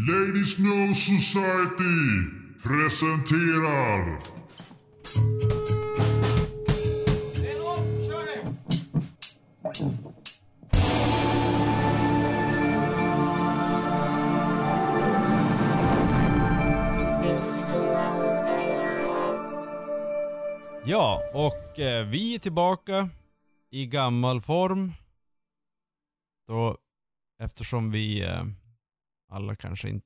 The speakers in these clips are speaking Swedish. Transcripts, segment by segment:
Ladies No Society presenterar... Ja, och vi är tillbaka i gammal form. Då, eftersom vi alla kanske inte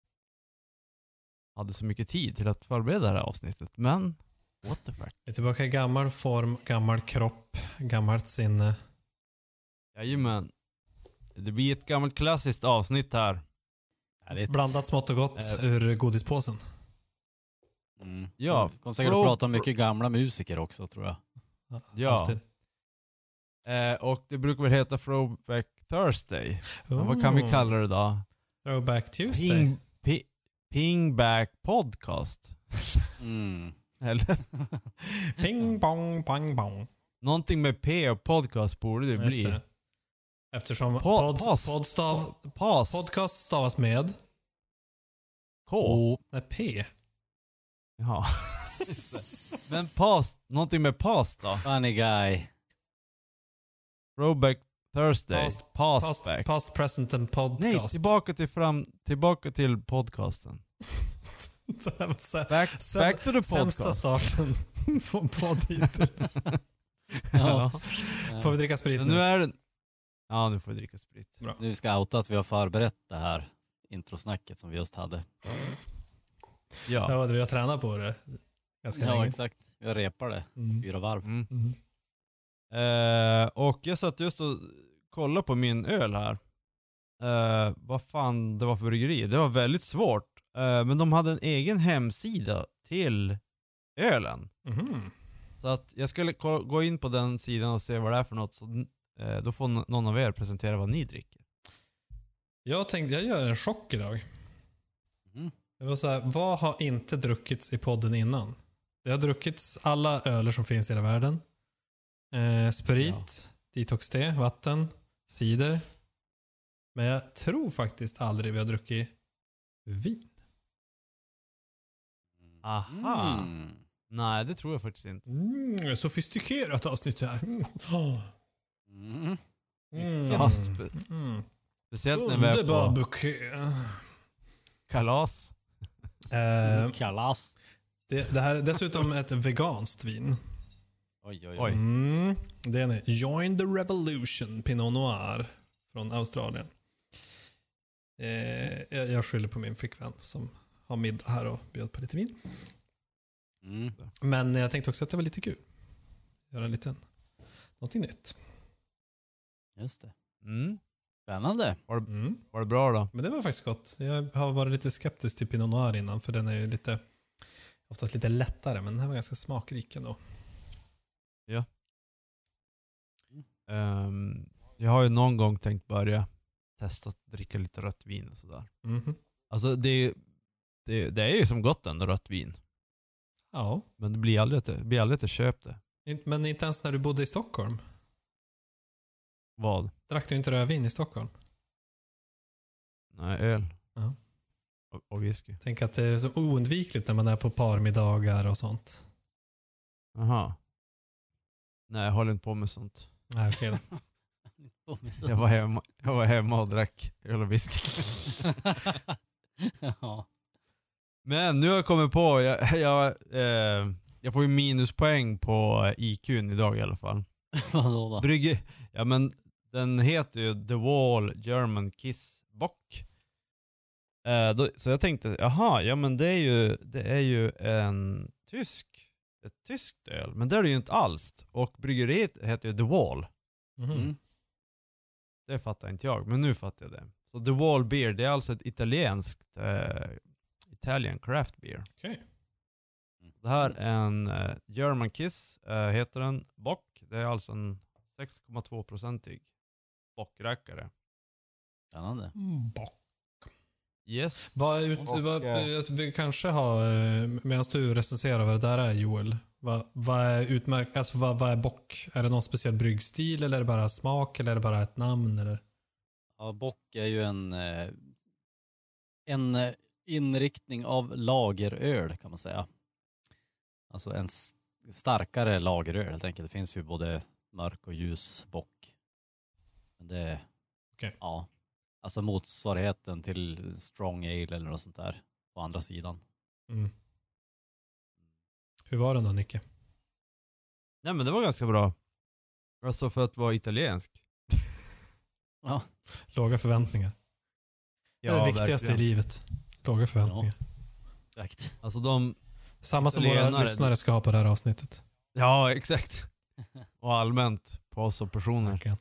hade så mycket tid till att förbereda det här avsnittet. Men, what the fuck. Vi är tillbaka i gammal form, gammal kropp, gammalt sinne. Jajamän. Det blir ett gammalt klassiskt avsnitt här. Blandat smått och gott ur godispåsen. Ja, kommer säkert att prata om mycket gamla musiker också, tror jag. Ja. Alltid. Och det brukar väl heta Throwback Thursday. Men vad kan vi kalla det då? Throwback Tuesday. Pingback Podcast. Eller? Ping pong pang pong. Någonting med P och podcast borde det bli. Det. Eftersom podcast stavas med K. Nej, P. Ja. Men någonting med past då? Funny guy. Throwback Thursday. Past, present and podcast. Nej, tillbaka till podcasten. Back to the podcast. Sämsta starten på hittills. Ja. Får vi dricka sprit Men nu? nu är det... Ja, nu får vi dricka sprit. Bra. Nu ska outa att vi har förberett det här introsnacket som vi just hade. Ja. Vi har tränat på det ganska länge. Ja, exakt. Jag repar det 4 varv. Och jag satt just och kollade på min öl här. Vad fan det var för bryggeri. Det var väldigt svårt. Men de hade en egen hemsida till ölen. Så att jag skulle gå in på den sidan och se vad det är för något. Så, då får någon av er presentera vad ni dricker. Jag tänkte, jag gör en chock idag. Det var så här, vad har inte druckits i podden innan? Det har druckits alla öler som finns i hela världen. Sprit, detox-te, vatten, cider. Men jag tror faktiskt aldrig vi har druckit vin. Aha. Nej, det tror jag faktiskt inte. Sofistikerat avsnitt här. Ja, speciellt när vi är Underbar på bouquet. kalas. Kalas. Det här är dessutom ett veganskt vin. Oj. Det är Join the Revolution Pinot Noir från Australien. Jag skyller på min flickvän som har middag här och bjöd på lite vin. Men jag tänkte också att det var lite kul. Göra någonting nytt. Just det. Mm. Spännande. Var det bra då? Men det var faktiskt gott. Jag har varit lite skeptisk till Pinot Noir innan, för den är ju oftast lite lättare, men den här var ganska smakrik ändå. Ja. Jag har ju någon gång tänkt börja testa att dricka lite rött vin och sådär. Alltså det är ju som gott ändå, rött vin. Ja. Men det blir aldrig att jag köper det. Men inte ens när du bodde i Stockholm. Vad? Drack du inte rödvin i Stockholm? Nej, öl. Ja. Och whisky. Tänk att det är så oundvikligt när man är på parmiddagar och sånt. Aha. Nej, jag håller inte på med sånt. Nej, okej då. Jag var hemma och drack öl och whisky. Ja. Men nu har jag kommit på, jag får ju minuspoäng på IQ:n idag i alla fall. Vadå då? Ja, men den heter ju The Wall German Kiss Bock. Så jag tänkte, ja men det är ju ett tyskt öl, men det är det ju inte alls. Och bryggeriet heter ju The Wall. Det fattar inte jag, men nu fattar jag det. Så The Wall Beer, det är alltså ett italienskt Italian craft beer. Okej. Det här är en German Kiss, heter den, bock. Det är alltså en 6,2-procentig bockrackare. Spännande. Bock. Yes. Vi kanske har, medan du recenserar vad det där är, Joel. Vad är utmärkt? Alltså vad är bock? Är det någon speciell bryggstil, eller är det bara smak, eller är det bara ett namn, eller? Ja, bock är ju en inriktning av lageröl kan man säga. Alltså en starkare lageröl helt enkelt. Det finns ju både mörk och ljus bock. Men det Okej. ja, alltså motsvarigheten till strong ale eller något sånt där på andra sidan. Mm. Hur var den då, Nicke? Nej, men det var ganska bra. Alltså för att vara italiensk. Ja, Låga förväntningar. Det är det viktigaste verkligen. i livet. Låga förväntningar. exakt. Alltså de... Samma som våra Italienare, lyssnare ska ha på det här avsnittet. Ja, exakt. Och allmänt på oss som personer. Verkligen.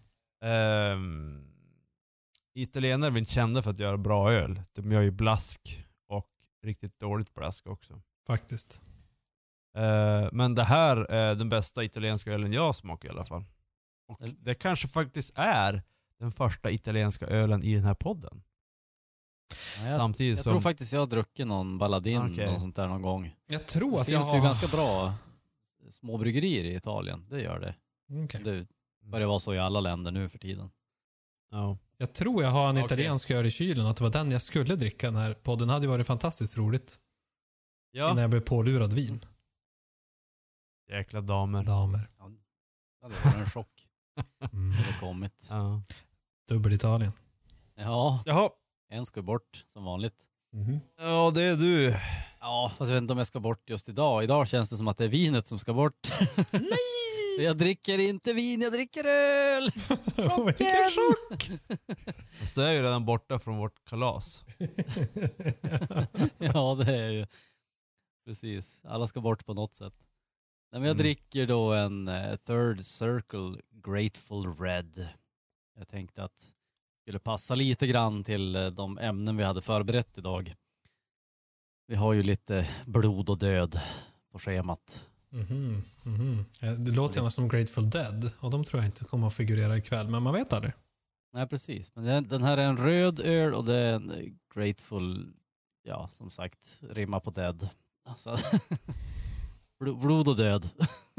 Italienare är väl inte kända för att göra bra öl. De gör ju blask och riktigt dåligt blask också. Faktiskt. Men det här är den bästa italienska ölen jag smakar i alla fall. Och det kanske faktiskt är den första italienska ölen i den här podden. Ja, Samtidigt jag som... tror faktiskt jag har druckit någon Baladin Okej. och sånt där någon gång. Jag tror Det att finns jag ju har... ganska bra små bryggerier i Italien. Det gör det. Okej. Det börjar vara så i alla länder nu för tiden. Ja. Jag tror jag har en Okej. italiensk öl i kylen och att det var den jag skulle dricka. Den här podden hade ju varit fantastiskt roligt. Innan Ja. jag blev pålurad vin. Jäkla damer. Damer. Ja, det var en chock. Mm. Det har kommit. Ja. Dubbel Italien. Ja, Jaha. en ska bort som vanligt. Mhm. Ja, det är du. Ja, fast jag vet inte om jag ska bort just idag. Idag känns det som att det är vinet som ska bort. Nej! Jag dricker inte vin, jag dricker öl! Vilken chock! Fast du är ju redan borta från vårt kalas. Ja, det är ju. Precis. Alla ska bort på något sätt. Nej, men jag dricker då en Third Circle Grateful Red. Jag tänkte att det skulle passa lite grann till de ämnen vi hade förberett idag. Vi har ju lite blod och död på schemat. Mhm, mhm. Det låter gärna som Grateful Dead och de tror jag inte kommer att figurera ikväll, men man vet aldrig. Nej, precis. Men den här är en röd öl och det är en Grateful, ja, som sagt, rimma på dead. Alltså, blod och död.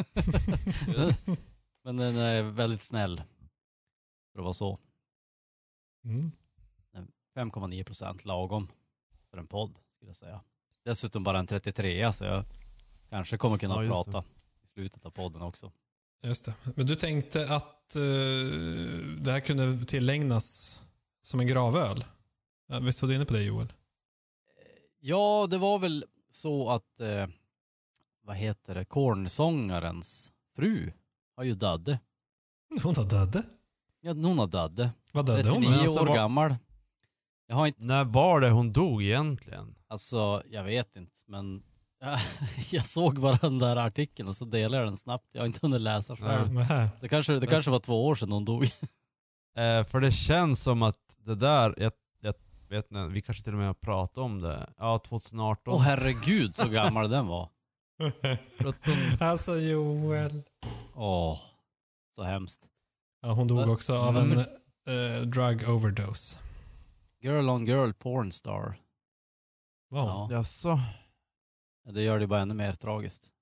Men den är väldigt snäll. För att vara så. Mm. 5,9% lagom för en podd, skulle jag säga. Dessutom bara en 33, så jag kanske kommer kunna Ja, just prata i slutet av podden också. Just det. Men du tänkte att det här kunde tillägnas som en gravöl? Visst var du inne på det, Joel? Ja, det var väl så att vad heter det? Kornsångarens fru har ju död. Hon har död. Ja, hon har död. Vad dödade hon 39 då? alltså, år vad- gammal. Jag har inte, När var det hon dog egentligen? alltså jag vet inte, men jag såg bara den där artikeln och så delade jag den snabbt. Jag har inte hunnit läsa själv. Nähä. Det kanske var 2 år sedan hon dog. För det känns som att det där, jag vet inte, vi kanske till och med har pratat om det. Ja, 2018. Åh herregud så gammal den var. Alltså Joel. Åh, så hemskt. Ja, hon dog också av en drug overdose. Girl on girl pornstar. Wow. Ja, Jaså? det gör det bara ännu mer tragiskt.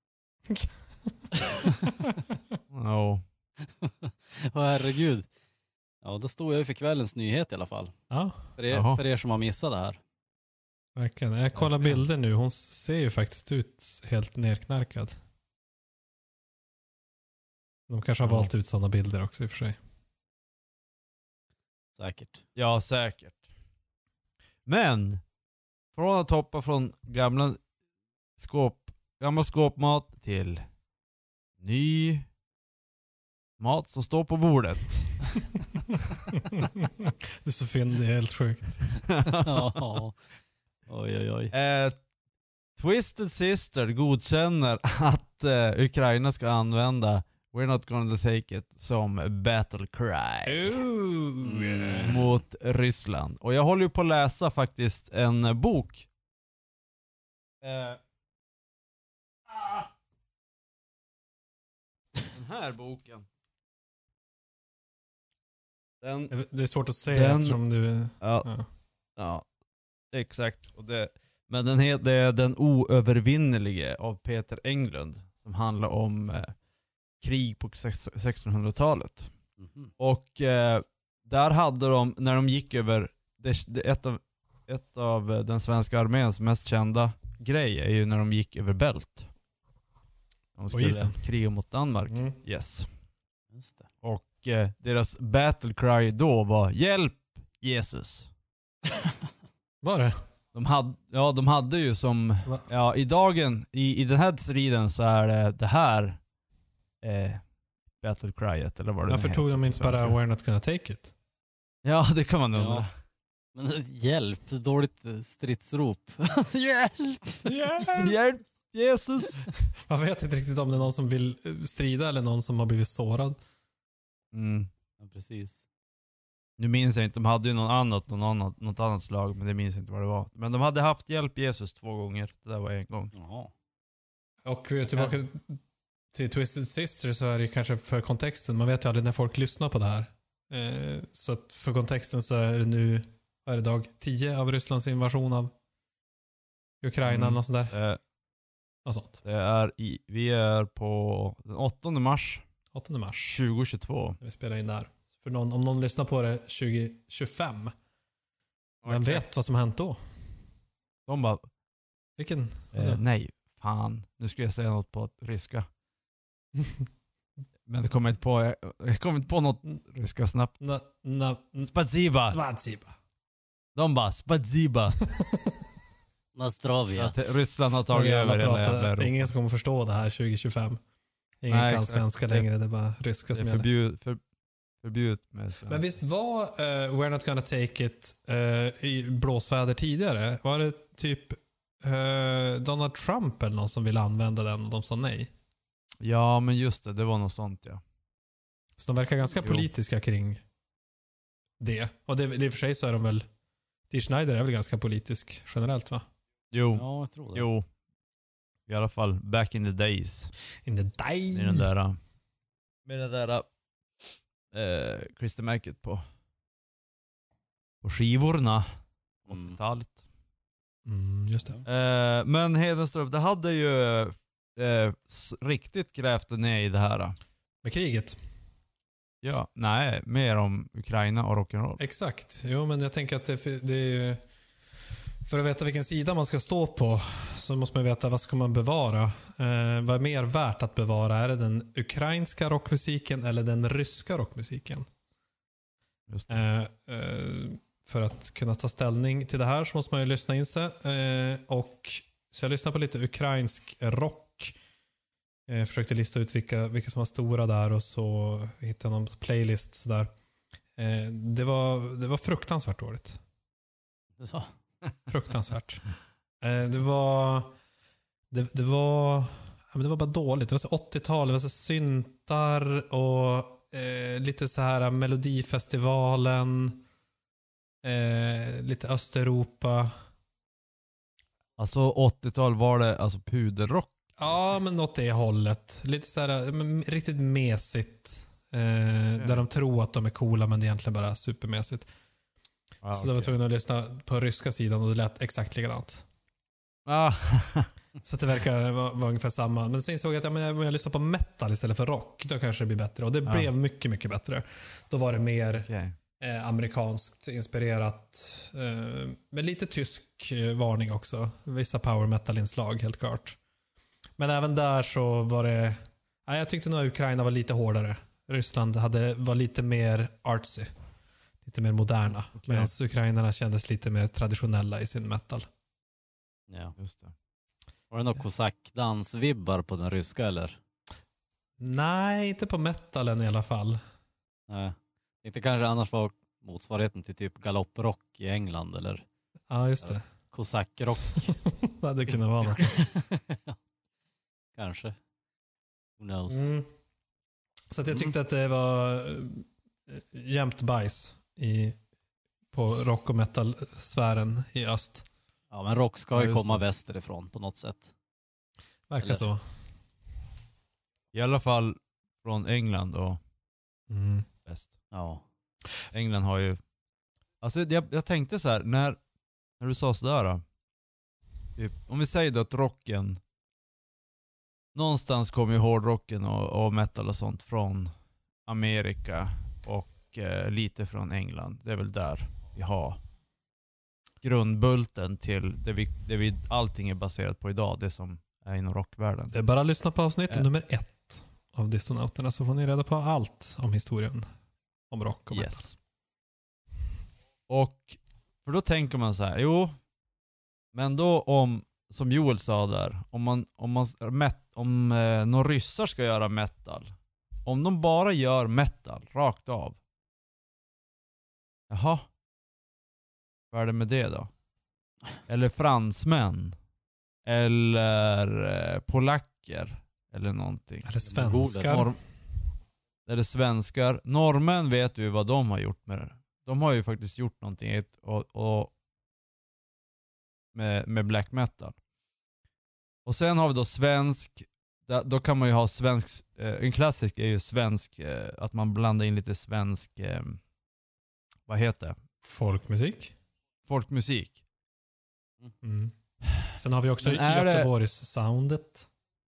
Ja. Åh herregud. Ja, då stod jag ju för kvällens nyhet i alla fall. Ja, Jaha. För er som har missat det här. verkligen. Jag kollar bilder nu. Hon ser ju faktiskt ut helt nerknarkad. De kanske har Ja. valt ut sådana bilder också i och för sig. Säkert. Ja, säkert. Men från att hoppa från gammal skåpmat till ny mat som står på bordet. Du är så fin, det är helt sjukt. Ja. Oj, oj, oj. Twisted Sister godkänner att Ukraina ska använda We're not gonna take it som battle cry mot Ryssland. Och jag håller ju på att läsa faktiskt en bok. Den här boken. Den, Det är svårt att se Den- eftersom du... ja, Ja. ja, exakt. Och det, men det är Den oövervinnelige av Peter Englund som handlar om krig på 1600-talet. Mhm. Och där hade de, när de gick över ett av den svenska arméns mest kända grejer är ju när de gick över Bält. De skulle isen. kriga mot Danmark. Mm. Yes. Just det. Och deras battle cry då var hjälp Jesus. Var det? De hade ju som Va? ja, i den här striden så är det här battle cryet eller vad det Varför nu tog heter de på inte bara svenska. We're not gonna take it? Ja, det kan man undra. Ja. Men hjälp, dåligt stridsrop. Hjälp! Hjälp Jesus. Man vet inte riktigt om det är någon som vill strida eller någon som har blivit sårad. Mm. Ja, precis. Nu minns jag inte, de hade ju något annat slag, men det minns jag inte vad det var. Men de hade haft hjälp Jesus 2 gånger. Det där var en gång. Jaha. Och tillbaka till Twisted Sister så är det kanske för kontexten. Man vet ju aldrig när folk lyssnar på det här. Så att för kontexten så är det nu, vad är det, dag 10 av Rysslands invasion av Ukraina eller något sånt där. Något sånt. Vi är på den 8 mars 8 mars. 2022. Vi spelar in där. För om någon lyssnar på det 2025. Vem Okej. vet vad som hänt då? De bara, Vilken? nej, fan. Nu ska jag säga något på ryska. Men det kommer inte på, jag kommer inte på något ryska snabbt. Spatsiba. Svatsiba. De bara, spatsiba. Nastrovia. Att Ryssland har tagit över hela jävla Europa. Ingen som kommer förstå det här 2025. Ingen Nej, kan exakt. svenska längre, det är bara ryska Det som är gäller. förbjudet med svenska. Men visst var We're Not Gonna Take It i blåsväder tidigare? Var det typ Donald Trump eller någon som ville använda den och de sa nej? Ja, men just det var något sånt, ja. Så de verkar ganska Jo. politiska kring det. Och det i och för sig så är de väl... Dee Schneider är väl ganska politisk generellt, va? Jo, Ja, jag tror det. jo. I alla fall back in the days. In the day. Med det där klistermärket på skivorna. 80-talet. Just det. Men Hedenström, det hade ju riktigt grävt ner i det här. Med kriget. Ja, nej, mer om Ukraina och rock'n'roll. Exakt. Jo, men jag tänker att det är ju... För att veta vilken sida man ska stå på så måste man veta vad ska man bevara. Vad är mer värt att bevara? Är det den ukrainska rockmusiken eller den ryska rockmusiken? Just det. För att kunna ta ställning till det här så måste man ju lyssna in sig. Så jag lyssnade på lite ukrainsk rock. Försökte lista ut vilka som var stora där och så hittade jag någon playlist sådär. Det var fruktansvärt dåligt. Så. Fruktansvärt. Det var bara dåligt. Det var så 80-tal, det var så syntar och lite så här Melodifestivalen, lite Östeuropa. Alltså 80-tal var det alltså puderrock. Ja, men något det hållet. Lite så här riktigt mesigt. Där de tror att de är coola men det är egentligen bara supermässigt. Ah, Så jag var tvungen att lyssna på ryska sidan och det lät exakt likadant. Ah. Så att det verkar vara ungefär samma. Men sen insåg jag att om jag lyssnar på metal istället för rock, då kanske det blir bättre. Och det blev mycket, mycket bättre. Då var det mer Okay. amerikanskt inspirerat. Med lite tysk varning också. Vissa power metal-inslag, helt klart. Men även där så var det... Ja, jag tyckte nog att Ukraina var lite hårdare. Ryssland var lite mer artsy. Lite mer moderna. Okay. Medan ukrainarna kändes lite mer traditionella i sin metal. Ja. Just det. Var det några kosackdansvibbar på den ryska eller? Nej, inte på metalen i alla fall. Nej. Inte kanske annars var motsvarigheten till typ galopprock i England eller Ja, just det. kosackrock. Det hade kunnat vara något. Kanske. Who knows? Så att jag tyckte att det var jämnt bajs på rock- och metal-sfären i öst. Ja, men rock ska ju just komma det. västerifrån på något sätt. Verkar Eller? så. I alla fall från England och väst. Ja. England har ju... Alltså jag tänkte så här, när du sa sådär då, typ, om vi säger då att rocken någonstans kommer ju hårdrocken och metal och sånt från Amerika och lite från England. Det är väl där vi har grundbulten till det allting är baserat på idag, det som är inom rockvärlden. Det är bara att lyssna på avsnitt nummer 1 av Distonauterna så får ni reda på allt om historien om rock och metal. Yes. Och för då tänker man så här, jo, men då som Joel sa där, om några ryssar ska göra metal, om de bara gör metal rakt av, jaha, vad är det med det då? Eller fransmän, eller polacker, eller någonting. Eller svenskar. Eller svenskar. Norrmän vet ju vad de har gjort med det. De har ju faktiskt gjort någonting med black metal. Och sen har vi då svensk. Då kan man ju ha svensk. En klassisk är ju svensk. Att man blandar in lite svensk. Vad heter det? Folkmusik. Folkmusik. Mm. Sen har vi också Men Göteborgs soundet.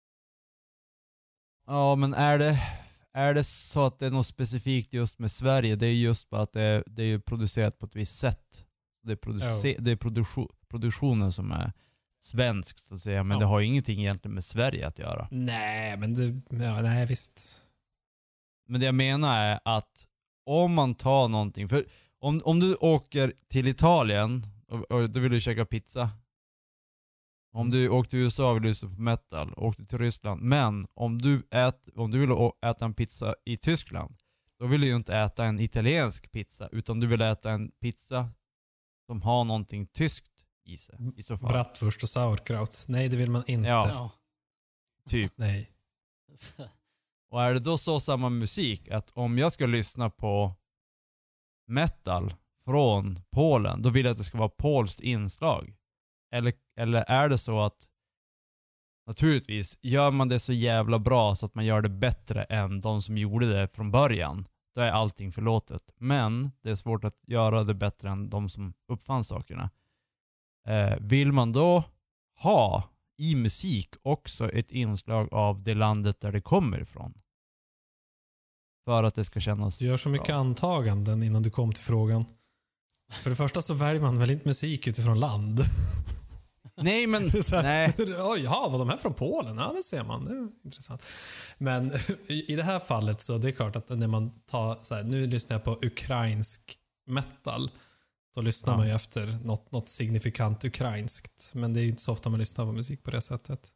Ja, men är det så att det är något specifikt just med Sverige? Det är just bara att det är producerat på ett visst sätt. Det är produktionen som är svensk så att säga, men det har ju ingenting egentligen med Sverige att göra. Nej, men nej visst. Men det jag menar är att om man tar någonting, för om du åker till Italien och då vill du käka pizza. Om du åkte till USA vill du lyssna på metal, åkte till Ryssland. Men om du vill äta en pizza i Tyskland, då vill du ju inte äta en italiensk pizza, utan du vill äta en pizza som har någonting tyskt i sig. I så fall. Bratwurst och sauerkraut. Nej, det vill man inte. Ja. Typ. Nej. Och är det då så samma musik att om jag ska lyssna på metal från Polen, då vill jag att det ska vara polskt inslag? Eller är det så att naturligtvis gör man det så jävla bra så att man gör det bättre än de som gjorde det från början, då är allting förlåtet. Men det är svårt att göra det bättre än de som uppfann sakerna. Vill man då ha i musik också ett inslag av det landet där det kommer ifrån? För att det ska kännas Du gör så mycket antaganden innan du kom till frågan. För det första så väljer man väl inte musik utifrån land. Nej, men nej. Oj, ja, var de här från Polen? Ja, det ser man. Det är intressant. Men i det här fallet så det är klart att när man tar så här, nu lyssnar jag på ukrainsk metal. Då lyssnar man ju efter något signifikant ukrainskt. Men det är ju inte så ofta man lyssnar på musik på det sättet.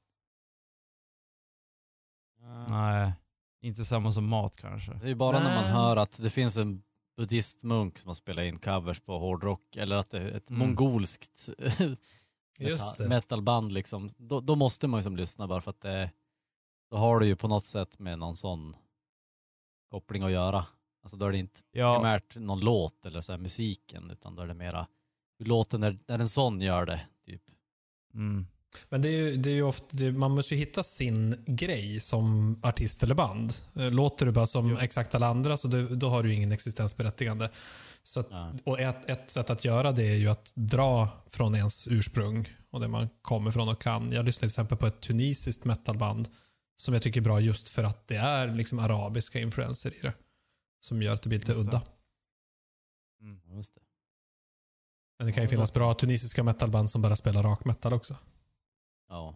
Nej, inte samma som mat kanske. Det är ju bara när man hör att det finns en buddhistmunk som har spelat in covers på hårdrock, eller att det är ett mongolskt metalband liksom. Då måste man ju som lyssna, bara för att då har du ju på något sätt med någon sån koppling att göra. Alltså då är det inte primärt någon låt eller så här musiken, utan då är det mera hur låten när en sån gör det typ. Mm. Men det är ju ofta, man måste ju hitta sin grej som artist eller band. Låter du bara som exakt alla andra, så då har du ju ingen existensberättigande. Så och ett sätt att göra det är ju att dra från ens ursprung och det man kommer från och kan. Jag lyssnade till exempel på ett tunisiskt metalband som jag tycker är bra just för att det är liksom arabiska influenser i det. Som gör att det blir lite udda. Just det. Men det kan ju finnas bra tunisiska metalband som bara spelar rak metal också. Ja.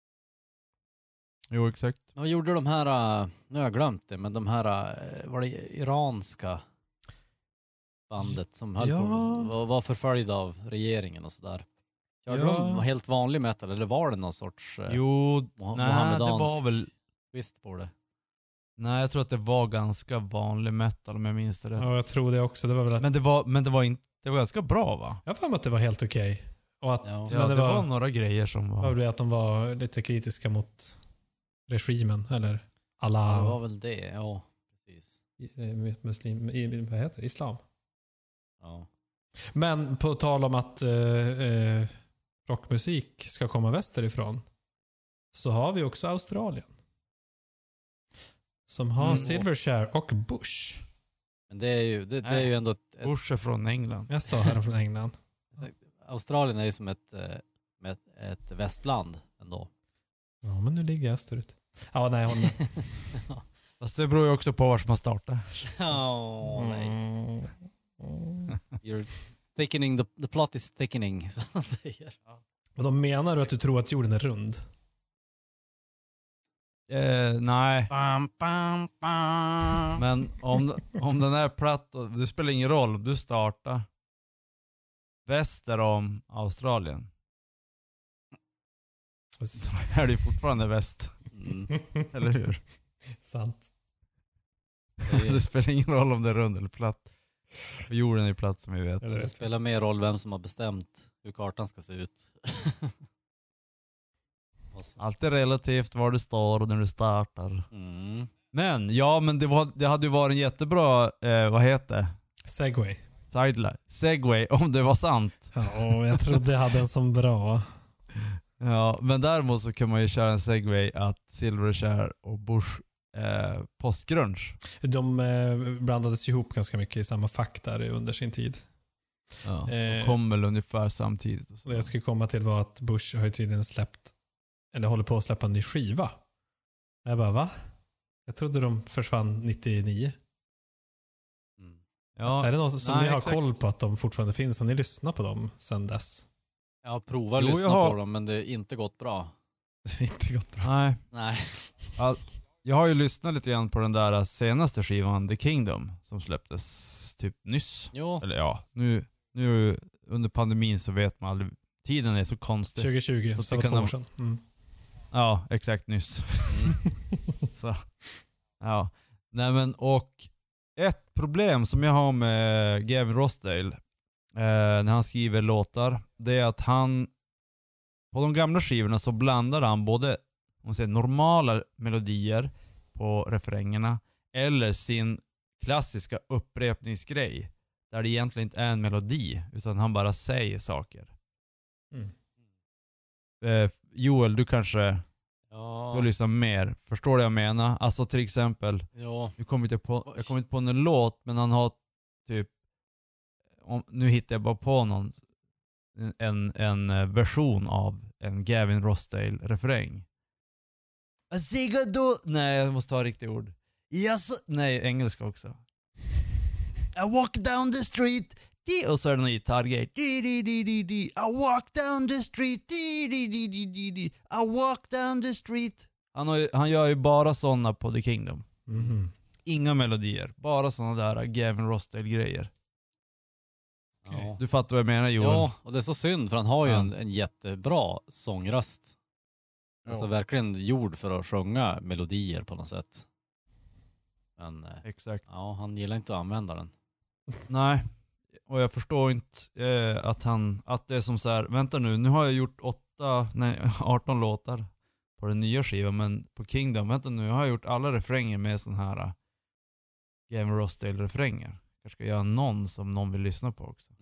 Jo, exakt. Vad gjorde de här, nu har jag glömt det, men de här, var det iranska bandet som höll på, var förföljda av regeringen och sådär. Körde de helt vanlig metal, eller var det någon sorts nej, det var väl twist på det? Nej, jag tror att det var ganska vanlig metal om jag minns det rätt. Ja, jag tror det också. Det var väl men det var ganska bra, va? Jag får mig att det var helt okej. Och att det var några grejer som var... Det att de var lite kritiska mot regimen, eller alla... Ja, det var väl det, ja. Precis. Vad heter det? Islam. Ja. Men på tal om att rockmusik ska komma västerifrån, så har vi också Australien. Som har Silverchair och Bush. Men det är ju, det är ju ändå Bush är från England. Jag sa här från England. Australien är ju som ett västland ändå. Ja, men nu ligger jag österut. Ja, nej, hon... Fast det beror ju också på var man startar. Nej. thickening, the plot is thickening, som man säger. Och då menar du att du tror att jorden är rund? Nej. Bam, bam, bam. Men om den är platt, det spelar ingen roll om du startar väster om Australien. Så är det fortfarande väst. Eller hur? Sant. Det spelar ingen roll om det är rund eller platt. Och jorden är platt som vi vet. Det spelar mer roll vem som har bestämt hur kartan ska se ut. Allt är relativt var du står och när du startar. Mm. Men det hade ju varit en jättebra, vad heter det? Segway. Segway, om det var sant. Ja, jag trodde jag hade en som bra. Ja, men däremot så kan man ju köra en segway att Silverchair och Bush postgrunge. De blandades ihop ganska mycket i samma fack där under sin tid. Ja, de kom väl ungefär samtidigt. Och så. Det jag skulle komma till var att Bush har ju tydligen släppt, eller håller på att släppa en ny skiva. Jag bara, va? Jag trodde de försvann 99. Ja, är det någon som ni har exakt. koll på att de fortfarande finns? Har ni lyssnat på dem sedan dess? Jag har provat att lyssna på dem, men det har inte gått bra. Det har inte gått bra. Nej. Nej. Jag har ju lyssnat lite grann på den där senaste skivan, The Kingdom, som släpptes typ nyss. Jo. Eller ja, nu under pandemin så vet man aldrig. Tiden är så konstig. 2020, så det var 2 år sedan. Mm. Ja, exakt nyss. Så, ja. Nej men, och ett problem som jag har med Gavin Rossdale när han skriver låtar, det är att han på de gamla skivorna så blandar han både om man säger, normala melodier på refrängerna eller sin klassiska upprepningsgrej där det egentligen inte är en melodi utan han bara säger saker. Joel, du kanske du lyssnar mer. Förstår du vad jag menar? Alltså till exempel jag kommer inte på en låt, men han har typ nu hittar jag bara på någon en version av en Gavin Rossdale-refräng. Nej, jag måste ta riktigt ord. Nej, engelska också. I walk down the street. Och så är det någon gitarrgrej. I walk down the street. I walk down the street. Han gör ju bara såna på The Kingdom. Inga melodier. Bara såna där Gavin Rossdale-grejer. Ja. Du fattar vad jag menar, Joel? Ja, och det är så synd för han har ju en jättebra sångröst. Alltså verkligen gjord för att sjunga melodier på något sätt. Men exakt. Ja, han gillar inte att använda den. Nej. Och jag förstår inte att det är som så här, vänta nu har jag gjort 18 låtar på den nya skivan, men på Kingdom, vänta nu, har jag gjort alla refränger med sån här Gavin Rossdale-refränger. Kanske ska göra någon som någon vill lyssna på också.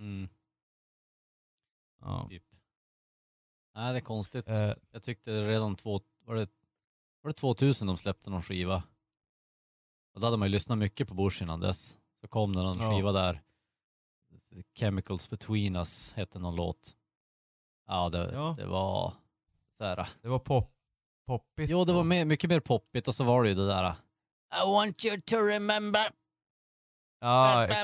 Ja. Typ. Nej, det är konstigt. Jag tyckte redan var det 2000 de släppte någon skiva. Och då hade man ju lyssnat mycket på Bush innan dess. Så kom det någon skiva där. The Chemicals Between Us hette någon låt. Ja, det var så här. Det var poppigt. Jo, det var mycket mer poppigt och så var det ju det där. I want you to remember. Ja, exakt.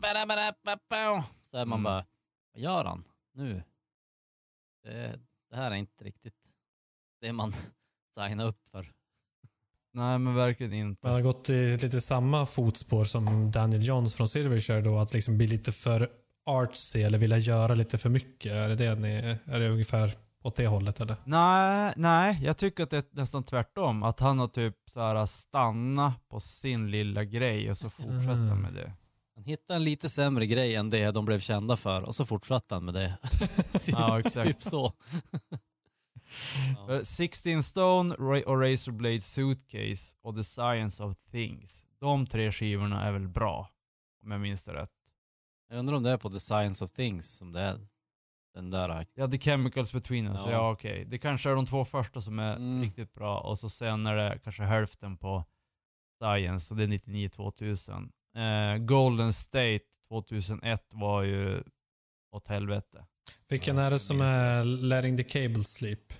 Så är man bara, vad gör han nu? Det här är inte riktigt det man signar upp för. Nej, men verkligen inte. Man har gått i lite samma fotspår som Daniel Johns från Silverchair då, att liksom bli lite för artsy eller vilja göra lite för mycket. Är det ungefär åt det hållet eller? Nej, jag tycker att det är nästan tvärtom. Att han har typ så här stannat på sin lilla grej och så fortsätter med det. Han hittade en lite sämre grej än det de blev kända för och så fortsatte han med det. Ja, exakt. Typ så. 16 Stone och Razorblade Suitcase och The Science of Things. De 3 skivorna är väl bra, om jag minns det rätt. Jag undrar om det är på The Science of Things som det är den där. Ja, The Chemicals Between Us. Ja, okej. Det kanske är de 2 första som är riktigt bra. Och så sen är det kanske hälften på Science, och det är 99-2000. Golden State 2001 var ju åt helvete. Vilken är det som är Letting the Cable Sleep?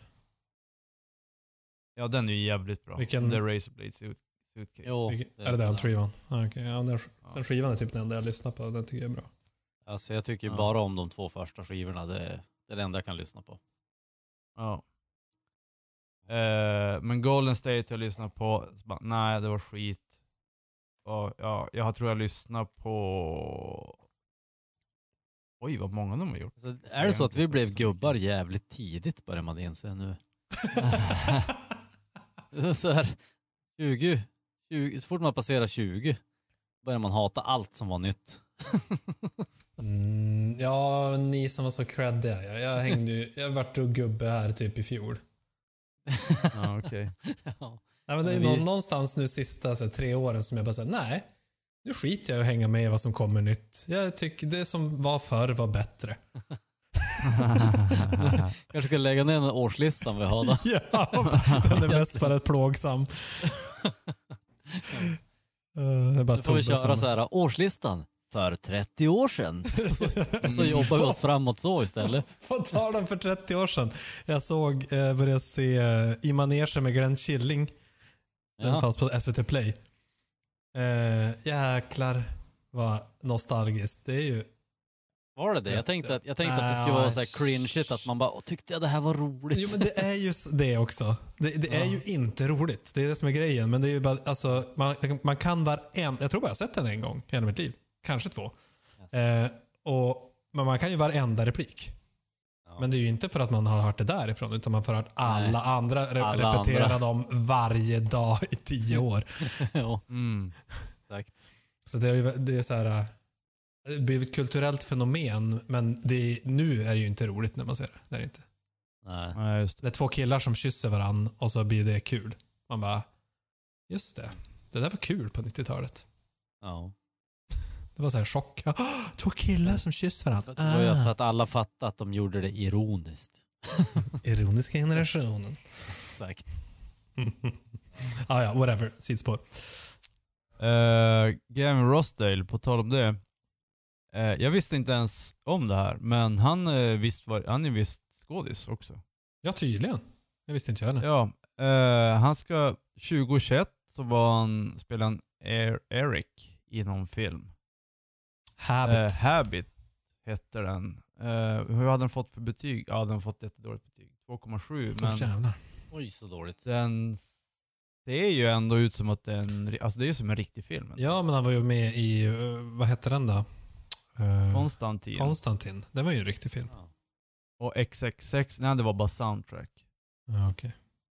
Ja, den är ju jävligt bra. Vilken? The Razorblade Suitcase. Jo, är det den skivan? Okay. Ja, den skivan är typ den enda jag lyssnar på. Den tycker jag är bra. Alltså jag tycker Ja. bara om de 2 första skivorna. Det är det enda jag kan lyssna på. Ja. Men Golden State jag lyssnat på, så bara, nej det var skit. Och ja, jag tror jag lyssnat på... Oj, vad många de har gjort. Alltså, är det så att vi blev gubbar jävligt tidigt, börjar man inse nu. Så här, 20, så fort man passerar 20 börjar man hata allt som var nytt. Ja, ni som var så creddiga. Jag vart då gubbe här typ i fjol. Ja, okej. Ja. Nej, men det är någonstans nu sista 3 åren som jag bara säger nej. Nu skiter jag i att hänga med i vad som kommer nytt. Jag tycker det som var förr var bättre. Kanske ska lägga ner den årslistan vi har då. Ja, den är mest bara plågsam. Det är bara Nu får vi Tobbe köra som- så här, årslistan för 30 år sedan. Och så jobbar vi oss framåt så istället. På tal om för 30 år sedan. Jag började se I manegen med Glenn Killing. Den Ja. fanns på SVT Play. Jäklar vad nostalgiskt. Det är ju... Var det det? Jag tänkte att det skulle vara så här cringe att man bara, tyckte jag det här var roligt? Jo, men det är ju det också. Det är ju inte roligt. Det är det som är grejen. Men det är ju bara, alltså, man kan jag tror bara jag har sett den en gång i hela mitt liv. Kanske 2. Men man kan ju varenda replik. Ja. Men det är ju inte för att man har hört det därifrån, utan man får hört alla andra Alla repetera andra. dem varje dag i 10 år. Ja, Mm. exakt. Så det är så här... Det blir ett kulturellt fenomen, men nu är det ju inte roligt när man ser det. Det är det inte. Nej. Ja, just det. Det är 2 killar som kysser varann och så blir det kul. Man bara, just det. Det där var kul på 90-talet. Ja. Det var så här chock. 2 killar som kysser varandra. Det var ju för att alla fattade att de gjorde det ironiskt. Ironiska generationen. Exakt. Ja, whatever. Sidspår. Gavin Rossdale, på tal om det. Jag visste inte ens om det här, men han är visst skådis också. Ja, tydligen. Jag visste inte jag det. Ja, han ska 2021 så spelade han Eric i någon film. Habit hette den. Hur hade den fått för betyg? Ja, den har fått ett dåligt betyg. 2,7. Men Jävlar. Oj, så dåligt. det är ju ändå ut som att det är ju som en riktig film. Ja, men han var ju med i, vad hette den då? Konstantin. Det var ju en riktig film. Ja. Och XXX, nej det var bara soundtrack. Ja, okej.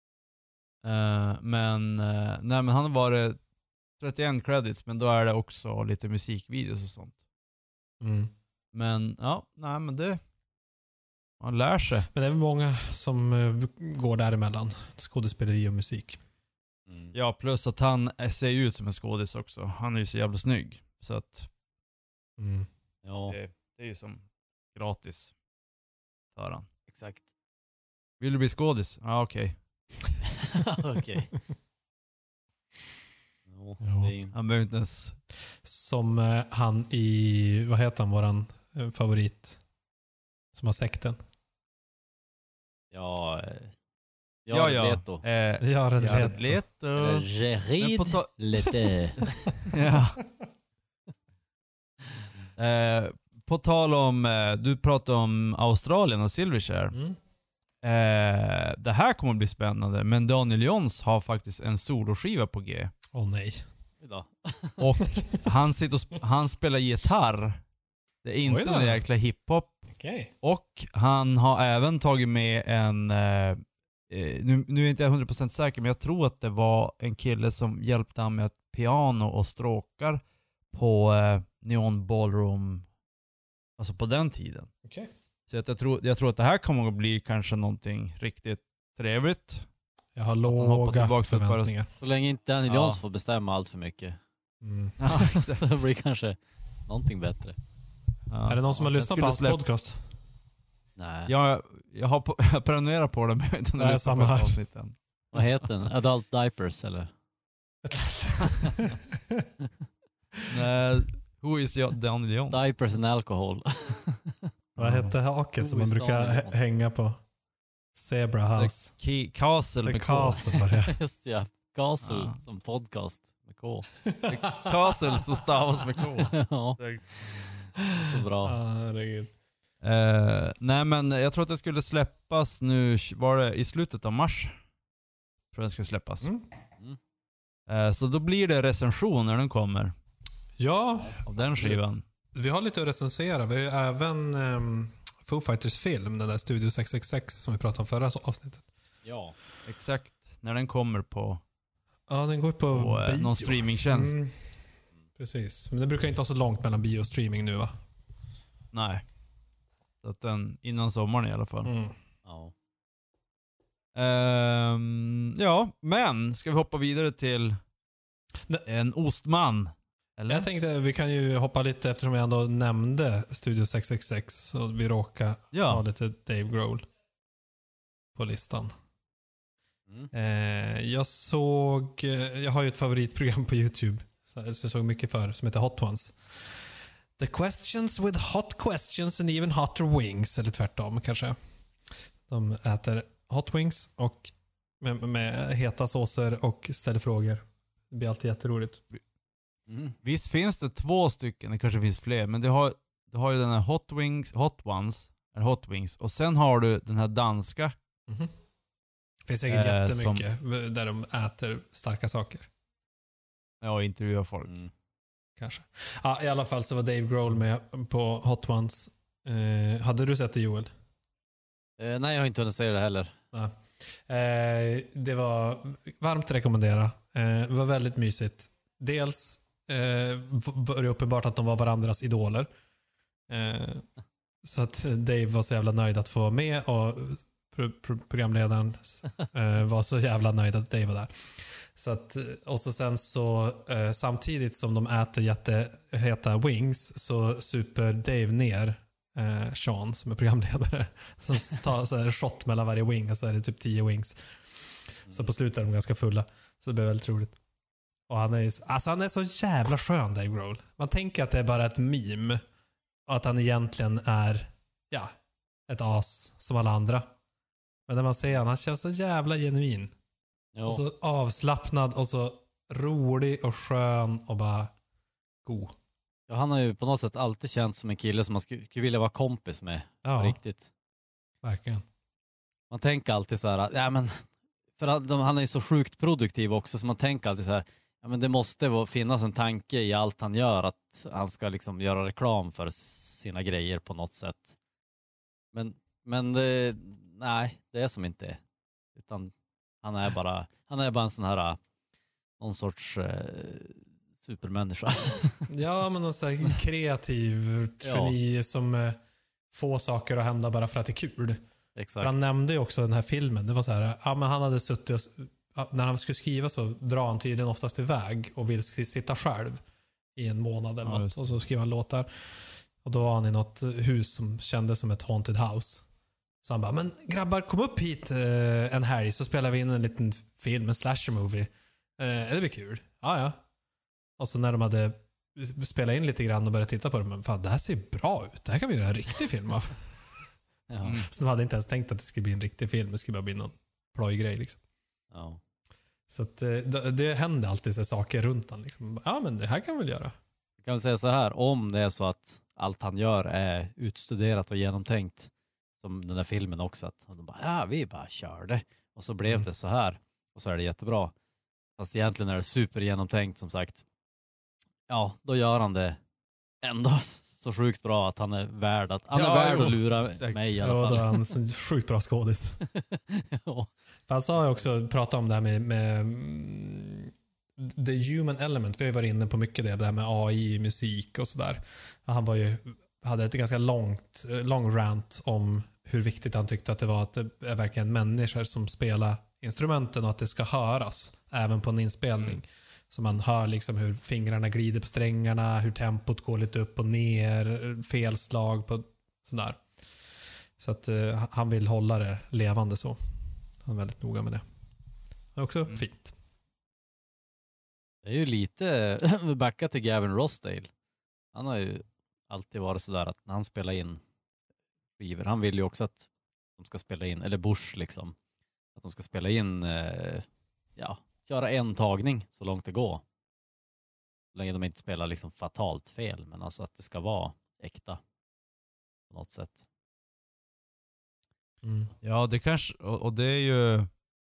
Men han har varit 31 credits, men då är det också lite musikvideos och sånt. Mm. Men ja, nej men det... Man lär sig. Men det är väl många som går däremellan. Skådespeleri och musik. Mm. Ja, plus att han ser ut som en skådis också. Han är ju så jävla snygg. Så att Mm. Ja, det är ju som gratis för han. exakt. Vill du bli skådis? Ja, okej. Okej. Ja, Ja. det är... Han behöver inte ens... Som han i, vad heter han, våran favorit som har sekten? Ja, Ja. Leto. Jared Jared Leto. Leto. Gerid Men på Leto. Ja. På tal om, du pratade om Australien och Silverchair. Mm. Det här kommer att bli spännande, men Daniel Johns har faktiskt en soloskiva på G. Åh nej. Idag. Och han spelar gitarr. Det är inte Oj då. någon jäkla hiphop. Okej. Och han har även tagit med en... nu är inte jag 100% säker, men jag tror att det var en kille som hjälpte han med ett piano och stråkar på Neon Ballroom. Alltså på den tiden. Okej. Så att jag tror att det här kommer att bli kanske någonting riktigt trevligt. Jag har han hoppar låga tillbaka för ett par- förväntningar. Så länge inte Daniel Ja. Johns får bestämma allt för mycket. Mm. Ja, Så det blir kanske någonting bättre. Ja. Är det någon som har Jag lyssnat skulle på hans släppa- podcast? Nej. Jag har jag prenumererar på det, men jag har inte Nej, lyssnat samma på ett här. avsnitt än. Vad heter den? Adult Diapers eller? Nej, who is Daniel Johns? Diapers and Alcohol. Vad hette haket som man brukar hänga på? Zebra House. Castle The med K. Castle var det. Just ja. Castle Ja. som podcast med K. Castle så stavas med K. Ja. Så bra. Herregud. Nej men jag tror att det skulle släppas nu, var det i slutet av mars? Tror jag det skulle släppas. Så då blir det recension när den kommer. Ja, Av den skivan. vi har lite att recensera. Vi har även Foo Fighters film, den där Studio 666 som vi pratade om förra avsnittet. Ja. Exakt, när den kommer på Ja, den går på bio. någon streamingtjänst. Precis, men det brukar inte vara så långt mellan bio och streaming nu, va? Nej. Så att den, innan sommaren i alla fall. Ja. Ja, men ska vi hoppa vidare till en ostman? Eller? Jag tänkte vi kan ju hoppa lite eftersom jag ändå nämnde Studio 666 och vi råkar ha lite Dave Grohl på listan. Jag har ju ett favoritprogram på YouTube som jag såg mycket för som heter Hot Ones. The questions with hot questions and even hotter wings, eller tvärtom kanske. De äter hot wings och med heta såser och ställer frågor. Det blir alltid jätteroligt. Visst finns det 2 stycken, det kanske finns fler, men du har ju den här Hot Wings och sen har du den här danska. Det finns säkert jättemycket där de äter starka saker. Ja, intervjuar folk. Kanske. Ja, i alla fall så var Dave Grohl med på Hot Ones. Hade du sett det, Joel? Nej, jag har inte hunnit se det heller. Ja. Det var varmt rekommendera. Det var väldigt mysigt. Dels var det uppenbart att de var varandras idoler. Så att Dave var så jävla nöjd att få vara med och programledaren var så jävla nöjd att Dave var där. Så att, och så sen så samtidigt som de äter jätteheta wings så super Dave ner Sean som är programledare som tar så här en shot mellan varje wing och så är det typ 10 wings. Så på slutet är de ganska fulla. Så det blev väldigt roligt. Och han är så jävla skön, Dave Grohl. Man tänker att det är bara ett meme och att han egentligen är ett as som alla andra. Men när man ser han känns så jävla genuin. Ja. Och så avslappnad och så rolig och skön och bara god. Ja, han har ju på något sätt alltid känts som en kille som man skulle vilja vara kompis med. Ja, riktigt. Verkligen. Man tänker alltid så här, för han är ju så sjukt produktiv också, så man tänker alltid så här, men det måste finnas en tanke i allt han gör, att han ska liksom göra reklam för sina grejer på något sätt. Men nej, det är som inte. Utan han är bara en sån här någon sorts supermänniska. Ja, men någon sån här kreativ geni som får saker att hända bara för att det är kul. Exakt. Han nämnde ju också den här filmen. Det var så här, men han hade suttit och, när han skulle skriva så drar han tydligen oftast iväg och vill sitta själv i en månad eller något. Och så skriver han låtar. Och då var han i något hus som kändes som ett haunted house. Så han bara, men grabbar, kom upp hit en helg så spelar vi in en liten film, en slasher movie. Det blir kul. Ja. Och så när de hade spelat in lite grann och började titta på det, men fan, det här ser bra ut. Det här kan vi göra en riktig film av. Så de hade inte ens tänkt att det skulle bli en riktig film. Det skulle bara bli någon plojgrej liksom. Ja. Så att det hände alltid så saker runt han liksom. Ja, men det här kan vi väl göra. Kan vi säga så här, om det är så att allt han gör är utstuderat och genomtänkt, som den där filmen också, att de bara, vi bara körde och så blev det så här och så är det jättebra. Fast egentligen är det supergenomtänkt, som sagt. Ja, då gör han det ändå så sjukt bra att han är värd att lura mig i alla fall. Ja, då är han en sjukt bra skådis. Ja. Han sa ju också, prata om det här med the human element. Vi har ju varit inne på mycket det här med AI, musik och sådär. Han hade ett ganska lång rant om hur viktigt han tyckte att det var att det är verkligen människor som spelar instrumenten och att det ska höras även på en inspelning. Så man hör liksom hur fingrarna glider på strängarna, hur tempot går lite upp och ner, felslag på sådär. Så att han vill hålla det levande så. Han är väldigt noga med det. Det är också fint. Det är ju lite backa till Gavin Rossdale. Han har ju alltid varit sådär att när han spelar in skivor, han vill ju också att de ska spela in, eller Bush liksom, att de ska spela in köra en tagning så långt det går. Så länge de inte spelar liksom fatalt fel, men alltså att det ska vara äkta på något sätt. Mm. Ja, det kanske, och det är ju...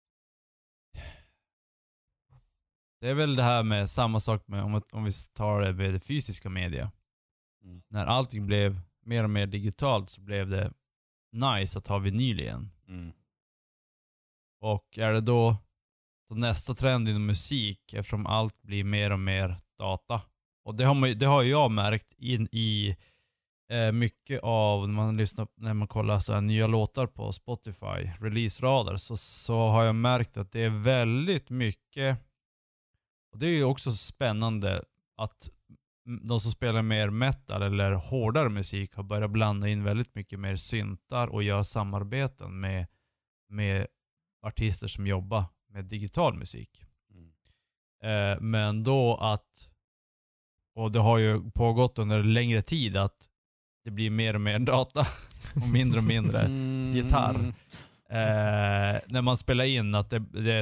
Det är väl det här med samma sak med, om vi tar det med det fysiska media. Mm. När allting blev mer och mer digitalt så blev det nice att ha vinyl igen. Mm. Och är det då så nästa trend inom musik, eftersom allt blir mer och mer data. Och det har ju jag märkt in i mycket av när man kollar så här nya låtar på Spotify, release-radar, så har jag märkt att det är väldigt mycket, och det är ju också spännande att de som spelar mer metal eller hårdare musik har börjat blanda in väldigt mycket mer syntar och göra samarbeten med artister som jobbar med digital musik. Mm. Men då och det har ju pågått under en längre tid att det blir mer och mer data och mindre gitarr. När man spelar in att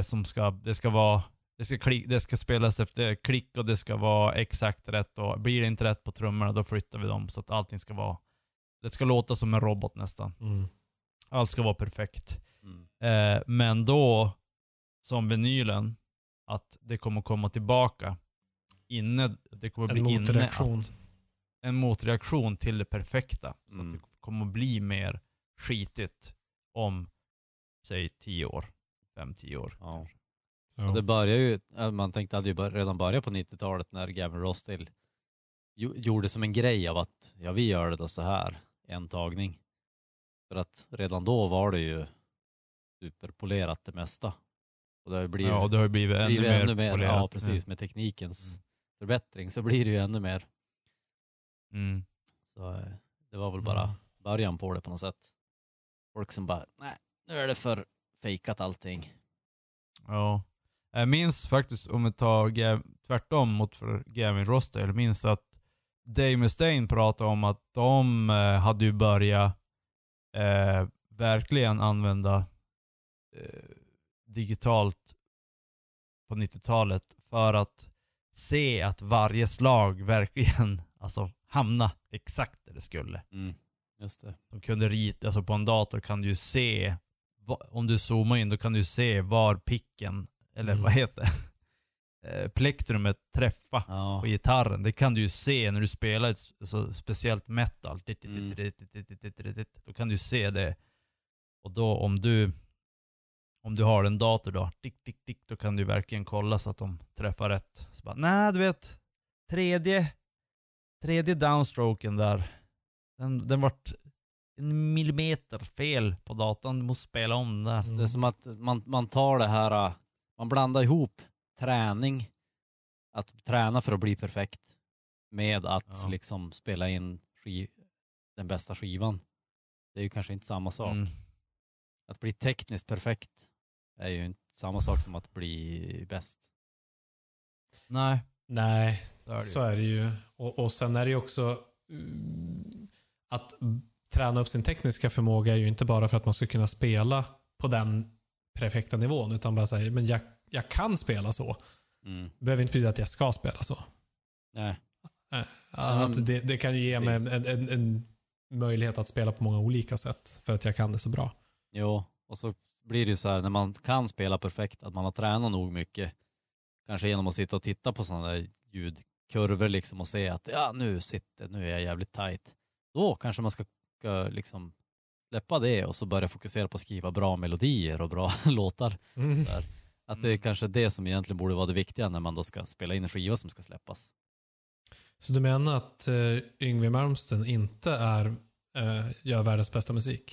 det ska spelas efter klick och det ska vara exakt rätt, och blir det inte rätt på trummorna då flyttar vi dem så att allting det ska låta som en robot nästan. Mm. Allt ska vara perfekt. Mm. Men då som vinylen att det kommer komma tillbaka det kommer bli en motreaktion till det perfekta. Så att det kommer att bli mer skitigt om säg 10 år. 5-10 år. Ja. Ja. Och det börjar ju, man tänkte att det redan börjat på 90-talet när Gavin Rossdale gjorde som en grej av att vi gör det då så här, en tagning. För att redan då var det ju superpolerat det mesta. Och det har blivit, det har blivit ännu mer polerat. Ja, precis. Med teknikens förbättring så blir det ju ännu mer. Mm. Så det var väl bara början på det på något sätt. Folk som bara, nej, nu är det för fejkat allting. Ja. Jag minns faktiskt, om vi tar tvärtom mot för Gavin Rossdale, jag minns att Dave Mustaine pratade om att de hade ju börjat verkligen använda digitalt på 90-talet för att se att varje slag verkligen hamna exakt där det skulle. Mm, just det. De kunde rita, på en dator kan du ju se, om du zoomar in då kan du se var picken, eller vad heter plektrumet träffa på gitarren. Det kan du ju se när du spelar ett speciellt metal. Då kan du se det. Och då om du har en dator då, då kan du verkligen kolla så att de träffar rätt. Så bara, nej, du vet, tredje downstroken där, den vart 1 millimeter fel på datorn. Du måste spela om det. Det är som att man tar det här, man blandar ihop träning, att träna för att bli perfekt, med att liksom spela in den bästa skivan. Det är ju kanske inte samma sak. Att bli tekniskt perfekt är ju inte samma sak som att bli bäst. Nej, så är det ju. Och sen är det ju också att träna upp sin tekniska förmåga är ju inte bara för att man ska kunna spela på den perfekta nivån, utan bara säga, men jag kan spela så. Behöver inte betyda att jag ska spela så. Nej. Att det kan ju ge mig en möjlighet att spela på många olika sätt för att jag kan det så bra. Jo, och så blir det ju så här när man kan spela perfekt, att man har tränat nog mycket. Kanske genom att sitta och titta på sådana där ljudkurvor liksom och se att nu är jag jävligt tight. Då kanske man ska liksom släppa det och så börja fokusera på att skriva bra melodier och bra låtar. Där. Att det är kanske det som egentligen borde vara det viktiga när man då ska spela in en skiva som ska släppas. Så du menar att Yngwie Malmsteen inte gör världens bästa musik?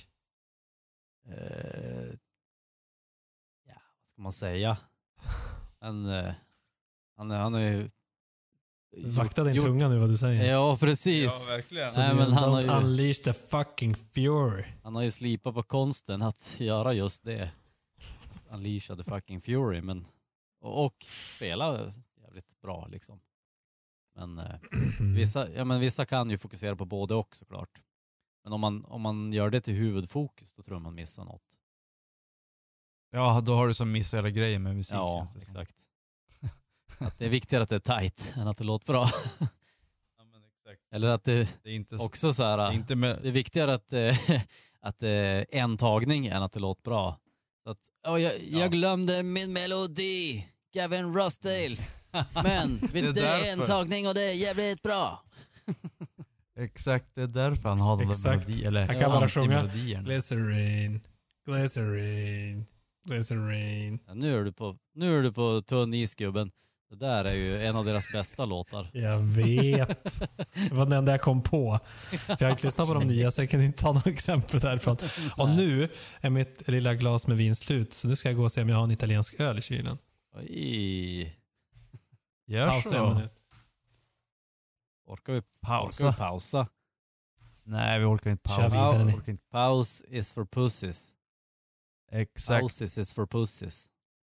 Vad ska man säga? Han är ju... Vakta din tunga nu vad du säger. Ja, precis. Ja, verkligen. Så men han har ju unleash the fucking fury. Han har ju slipat på konsten att göra just det. Unleash the fucking fury, men och spela jävligt bra liksom. Men vissa kan ju fokusera på både och såklart. Men om man gör det till huvudfokus, då tror jag man missar något. Ja, då har du som missat hela grejen med musik. Ja, exakt. Att det är viktigare att det är tight än att det låter bra. Ja, men Eller att det Det är inte också så här, det är inte med, det är viktigare att en tagning än att det låter bra. Så att, jag glömde min melodi, Gavin Rossdale. Men det är en därför. tagning och det är jävligt bra. exakt, det är därför han har de där Exakt. melodi, eller Han kan bara sjunga antimelodierna. Glycerin, glycerin, glycerin. Ja, nu är du på tunn is, gubben. Det där är ju en av deras bästa låtar. Jag vet. Det var den enda jag kom på. För jag har inte lyssnat på de nya så jag kan inte ta några exempel därifrån. Och nu är mitt lilla glas med vin slut. Så nu ska jag gå och se om jag har en italiensk öl i kylen. Oj. Gör Pausa en så. minut. Orkar vi Pausa. pausa? Nej, vi orkar inte Kör pausa. vidare ni. Orkar inte. Paus is for pussies. Exakt. Pauses is for pussies.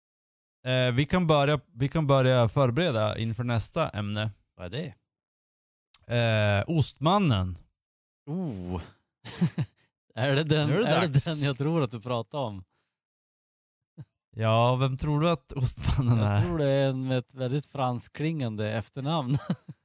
Vi kan börja förbereda inför nästa ämne. Vad är det? Ostmannen. Är det den, Nu är det är det dags. den jag tror att du pratar om? Ja, vem tror du att ostmannen Jag är? tror det är en med ett väldigt franskklingande efternamn.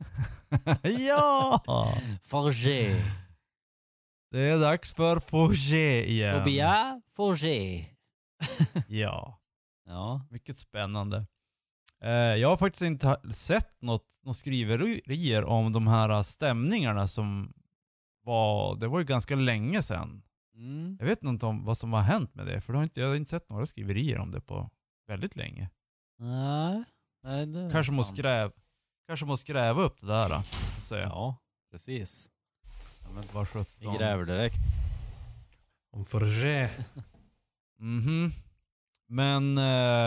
Ja! Forger. Det är dags för Forger igen. Tobias Forger. Ja, Ja. mycket spännande. Jag har faktiskt inte sett något skriverier om de här stämningarna som var, det var ju ganska länge sedan. Mm. Jag vet inte om vad som har hänt med det, för jag har inte sett några skriverier om det på väldigt länge. Nej, det är Kanske måste gräva upp det där. Ja, precis. Ja, men vad Vi 17. gräver direkt. Om Forger. Mhm. Men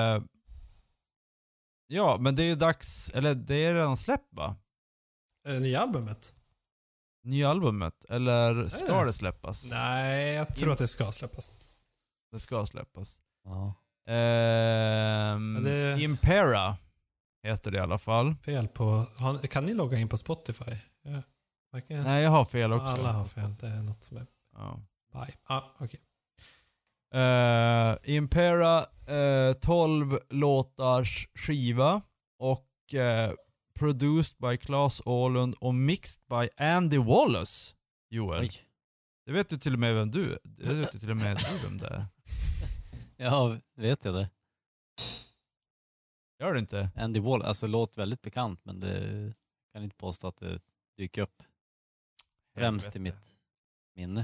ja, men det är ju dags, eller det är redan släppt va? Nya albumet? Nya albumet, eller ska Nej. det släppas? Nej, jag tror att det ska släppas. Det ska släppas. Ja. Men det- Impera heter det i alla fall. Fel på... Kan ni logga in på Spotify? Ja, verkligen. Nej, jag har fel också. Alla har fel. Det är något som är... Ja. Bye. Okej. Impera 12 låtars skiva och produced by Claes Åhlund och mixed by Andy Wallace. Joel. Oj. Det vet du till och med vem du är. Det vet du till och med vem det är. Ja, vet jag det. Gör det inte? Andy Wall, alltså låter väldigt bekant, men det kan inte påstå att det dyker upp främst i Helvete. mitt minne.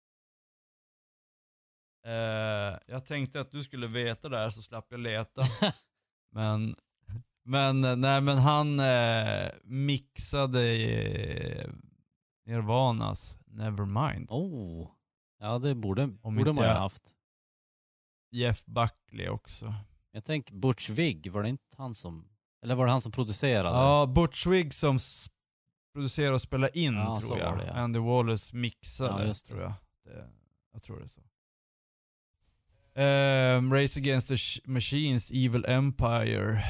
Jag tänkte att du skulle veta det här så slapp jag leta. men han mixade Nirvanas Nevermind. Oh, ja det borde Om man inte ju ha jag- haft. Jeff Buckley också. Jag tänker Butch Vig, var det inte han som, eller var det han som producerade? Ja, Butch Vig som producerar och spelar in Ja, så tror jag. var det, ja. Andy Wallace mixade Ja, just det. tror jag. Jag tror det är så. Race Against the Machines, Evil Empire.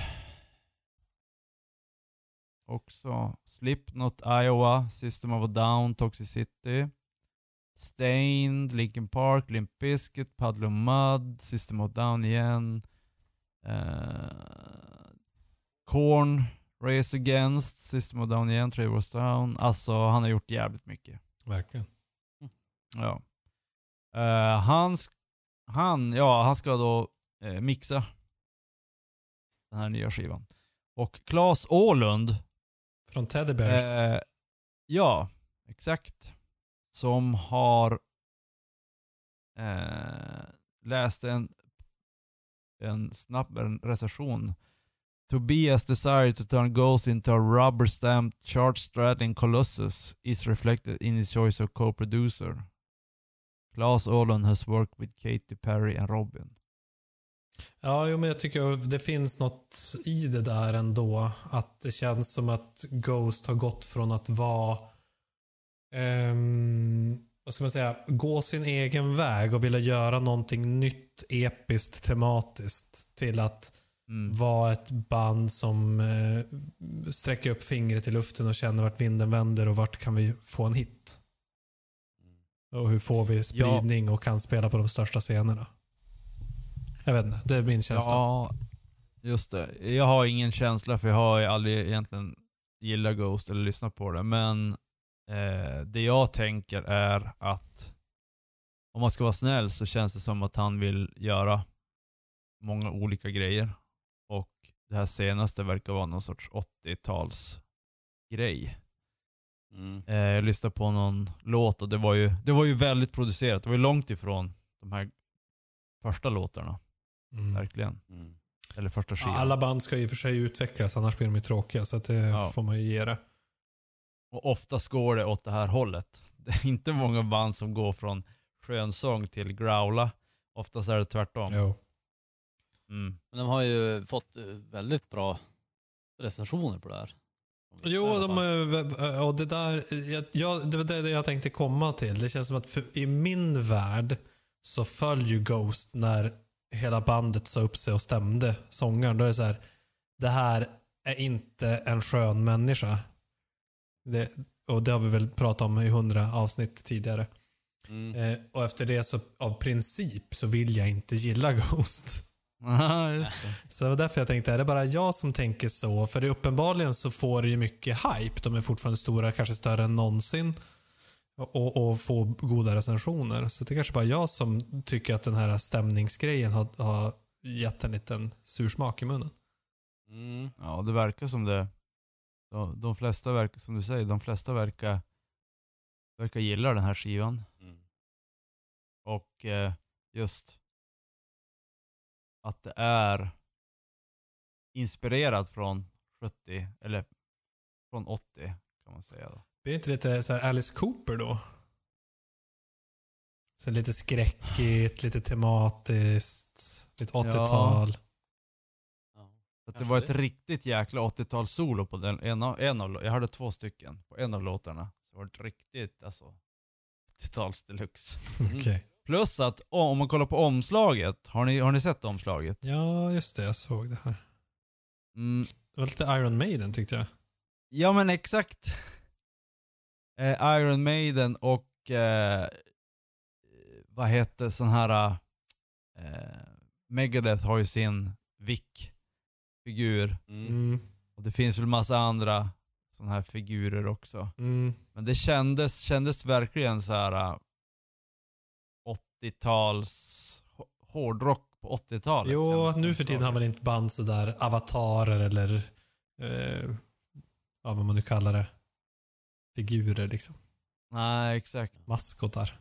Också. Slipknot, Iowa, System of a Down, Toxicity. Stained, Linkin Park, Limp Bizkit, Puddle of Mud, System of a Down igen. Korn, Race Against, System of a Down igen, Trey Was Down. Alltså han har gjort jävligt mycket. Verkligen. Ja. Han ska då mixa den här nya skivan. Och Claes Åhlund, Från Teddy Bears. ja, exakt. Som har läst en snabb recension. Tobias' desire to turn Ghost into a rubber-stamped chart-straddling colossus is reflected in his choice of co-producer. Claes Åhlund has worked with Katy Perry and Robin. Ja, men jag tycker det finns något i det där ändå. Att det känns som att Ghost har gått från att vara vad ska man säga, gå sin egen väg och vilja göra någonting nytt, episkt, tematiskt till att vara ett band som sträcker upp fingret i luften och känner vart vinden vänder och vart kan vi få en hit. Och hur får vi spridning och kan spela på de största scenerna. Jag vet inte, det är min känsla. Ja, just det. Jag har ingen känsla för jag har aldrig egentligen gillat Ghost eller lyssnat på det. Men Det jag tänker är att om man ska vara snäll så känns det som att han vill göra många olika grejer. Och det här senaste verkar vara någon sorts 80-tals grej. Jag lyssnade på någon låt och det var ju väldigt producerat. Det var ju långt ifrån de här första låtarna. Verkligen. Eller första skivan. Alla band ska ju för sig utvecklas, annars blir de ju tråkiga. Så att det får man ju ge det. Och oftast går det åt det här hållet. Det är inte många band som går från skönsång till growla. Oftast är det tvärtom. Jo. Men de har ju fått väldigt bra recensioner på det här. Jo, och det där, det var det jag tänkte komma till. Det känns som att i min värld så föll ju Ghost när hela bandet sa upp sig och stämde sångaren. Då är det så här, det här är inte en skön människa. Och det har vi väl pratat om i 100 avsnitt tidigare. Och efter det så av princip så vill jag inte gilla Ghost. Just det. Så det var därför jag tänkte, är det bara jag som tänker så? För det uppenbarligen så får det ju mycket hype. De är fortfarande stora, kanske större än någonsin. Och får goda recensioner. Så det är kanske bara jag som tycker att den här stämningsgrejen har gett en liten sursmak i munnen. Ja, det verkar som det. De flesta verkar, som du säger, de flesta verkar gilla den här skivan. Och just att det är inspirerat från 70 eller från 80 kan man säga då. Blir det inte lite så här Alice Cooper då? Så lite skräckigt, lite tematiskt, lite 80-tal. Att det var ett riktigt jäkla 80-tals solo på den en av jag hörde 2 stycken på en av låtarna. Så var det riktigt 80-tals deluxe. Okay. Plus att om man kollar på omslaget, har ni sett omslaget? Ja, just det, jag såg det här. Det var lite Iron Maiden tyckte jag. Ja men exakt. Iron Maiden och vad heter sån här Megadeth har ju sin Vic-figur. Och det finns väl massa andra såna här figurer också. Men det kändes verkligen så här 80-tals hårdrock på 80-talet. Jo, nu för tiden har man inte band så där avatarer eller vad man nu kallar det. Figurer liksom. Nej, exakt. Maskotar.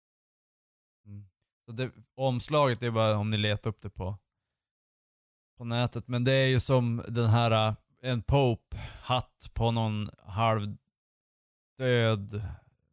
Så omslaget är bara om ni letar upp det på nätet. Men det är ju som den här en Pope-hatt på någon halvdöd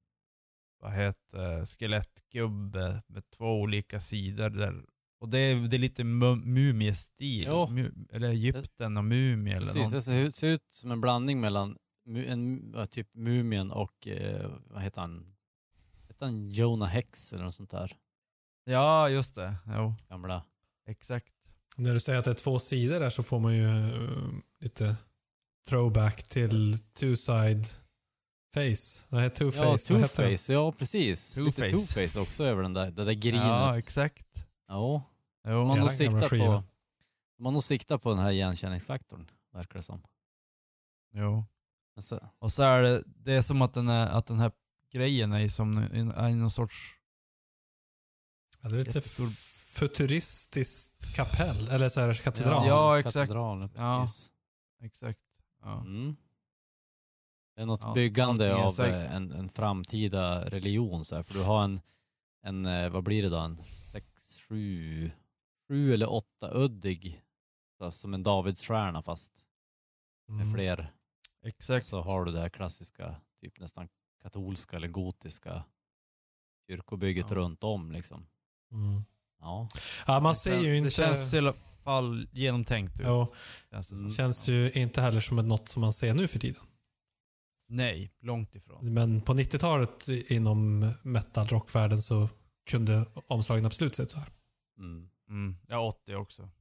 skelettgubbe med 2 olika sidor där. Och det är lite mumiestil. Eller Egypten och mumie eller precis, något. Det ser ut som en blandning mellan typ mumien och vad heter han? Heter han Jonah Hex eller något sånt där? Ja, just det. Jo. Gamla. Exakt. När du säger att det är 2 sidor där så får man ju lite throwback till Two-Side Face. Det är Two-Face. Ja, Two-Face. Ja, precis. Lite Two-Face också över det där grinet. Ja, exakt. Ja. Jo. Man nog sikta på den här igenkänningsfaktorn, verkar det som. Jo. Och så är det är som att den här grejen är som någon sorts... Ja, det är lite futuristiskt kapell. Eller så här katedral. Ja, exakt. Katedral, precis. Ja, exakt. Ja. Det är något byggande av en framtida religion. Så här. För du har en vad blir det då? En 7 eller 8-uddig. Som en Davidsstjärna fast med fler. Exakt. Så har du det här klassiska, typ nästan katolska eller gotiska kyrkobygget runt om liksom. Ja, man ser ju inte... Det känns i alla fall genomtänkt ut. Ja, känns ju inte heller som något som man ser nu för tiden. Nej, långt ifrån. Men på 90-talet inom metal-rockvärlden så kunde omslagen absolut sett så här. Ja, 80 också.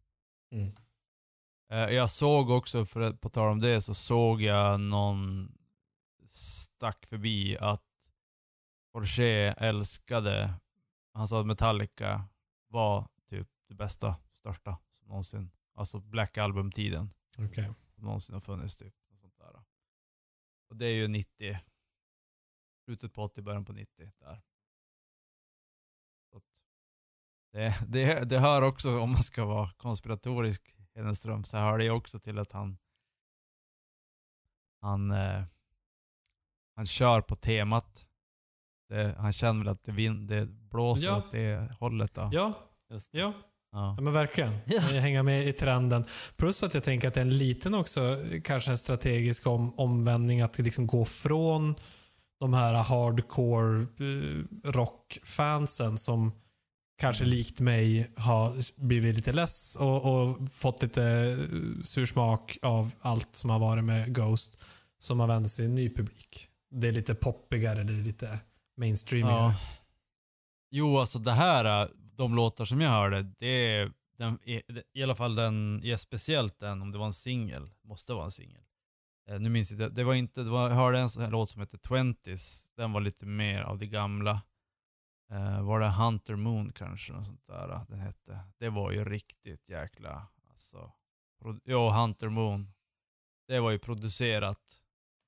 Jag såg också, på tal om det, så såg jag någon stack förbi att Porsche älskade, han sa att Metallica var typ det bästa, största som någonsin, alltså Black Album-tiden. Okay. Som någonsin har funnits typ. Och sånt där. Och det är ju 90. slutet på 80, början på 90 där. Så att det hör också, om man ska vara konspiratorisk, Hedenström, så hör det också till att han kör på temat. Han känner väl att det blåser åt det hållet då. Ja, Just. ja. Ja. Ja, men verkligen. Hänga med i trenden. Plus att jag tänker att det är en liten också, kanske en strategisk omvändning att liksom gå från de här hardcore rockfansen som kanske likt mig har blivit lite less och fått lite sursmak av allt som har varit med Ghost, som har vänt sig till en ny publik. Det är lite poppigare, det är lite mainstreamigare. Ja. Jo, alltså det här, de låtar som jag hörde, det är i alla fall speciellt den, om det var en singel, måste vara en singel. Nu minns jag, jag hörde en sån här låt som heter 20s, den var lite mer av det gamla. Var det Hunter Moon kanske, något sånt där den hette. Det var ju riktigt jäkla, alltså. Hunter Moon. Det var ju producerat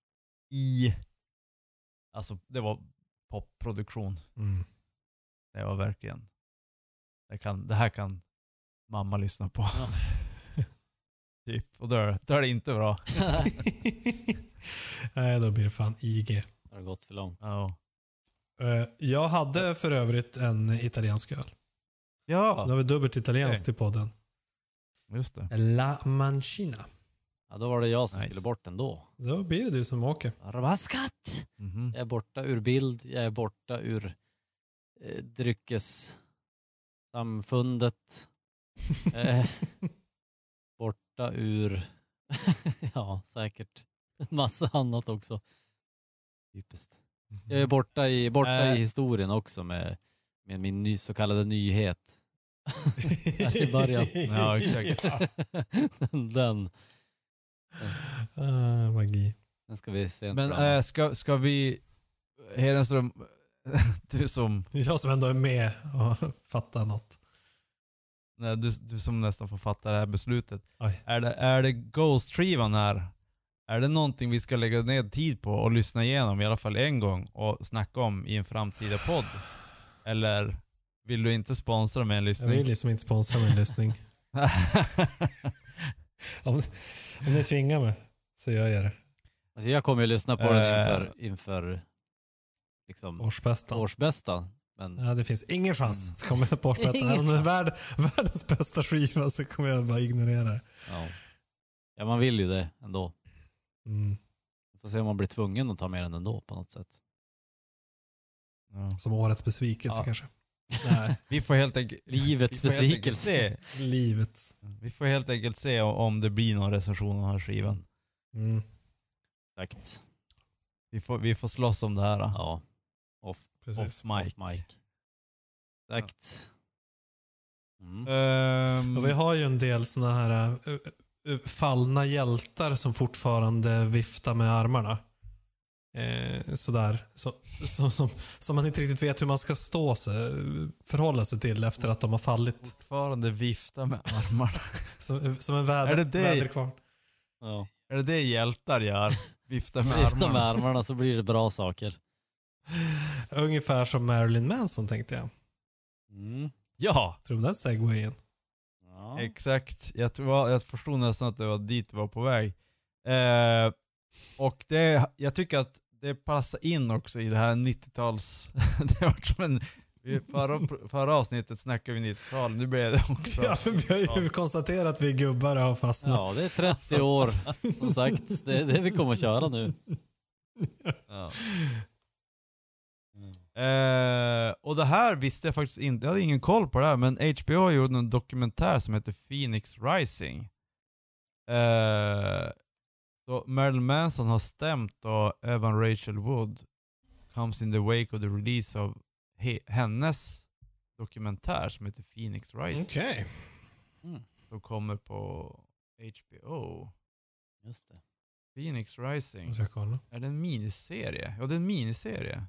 alltså det var popproduktion. Mm. Det var verkligen. Det här kan mamma lyssna på. Ja. Typ. Och då är det inte bra. Nej, då blir det fan IG. Det har gått för långt. Ja. Jag hade för övrigt en italiensk öl. Så nu har vi dubbelt italienskt i podden. Just det. La Mancina. Ja, då var det jag som Nice. skulle bort ändå. Då blir det du som åker. Rabaskat! Mhm. Jag är borta ur bild. Jag är borta ur dryckessamfundet. Borta ur ja, säkert en massa annat också. Typiskt. Jag är borta i historien också med min så kallade nyhet. Här i början. Ja, exakt. Den Magi. Den ska vi se. Men ska vi Hedenström, du som Jag som ändå är med och fattar något. nej, du som nästan får fatta det här beslutet. Oj. Är det Ghost-skivan här? Är det någonting vi ska lägga ner tid på och lyssna igenom i alla fall en gång och snacka om i en framtida podd? Eller vill du inte sponsra med en Jag lyssning? vill liksom inte sponsra min lyssning. Om ni tvingar mig så gör jag det. Alltså jag kommer ju lyssna på den inför liksom årsbästa. Men Ja, det finns ingen chans. Så kommer jag på årsbättan. Även om det är världens bästa skiva så kommer jag bara ignorera det. ja, man vill ju det ändå. Mm. Får se om man blir tvungen att ta med den ändå på något sätt. Ja. Som årets besvikelse Ja. kanske. Nej, Vi får helt enkelt Livets besvikelse. livets. Vi får helt enkelt se om det blir någon recension av den här skivan. Mm. Exakt. Vi får slåss om det här. Ja. Off Precis. mic. Exakt. Och vi har ju en del såna här fallna hjältar som fortfarande viftar med armarna. Sådär. Som man inte riktigt vet hur man ska förhålla sig till efter att de har fallit. Fortfarande vifta med armarna. Som en Är det det? Ja. Är det hjältar gör? Vifta med Vifta armarna. med armarna så blir det bra saker. Ungefär som Marilyn Manson tänkte jag. Ja, Tror du den segwayen? Ja. exakt. Jag förstod nästan att det var dit du var på väg. Och jag tycker att det passar in också i det här 90-tals... det var som en... Förra avsnittet snackade vi 90-tal. Nu blev det också... Ja, för vi har ju konstaterat att vi gubbar har fastnat. Ja, det är 30 år som sagt. Det är det vi kommer att köra nu. Ja. Och det här visste jag faktiskt inte. Jag hade ingen koll på det här, men HBO gjorde en dokumentär som heter Phoenix Rising. Så Marilyn Manson har stämt och Evan Rachel Wood comes in the wake of the release of hennes dokumentär som heter Phoenix Rising. Okej. Som kommer på HBO. Just det. Phoenix Rising. Måste jag kolla. Är det en miniserie? Ja, det är en miniserie.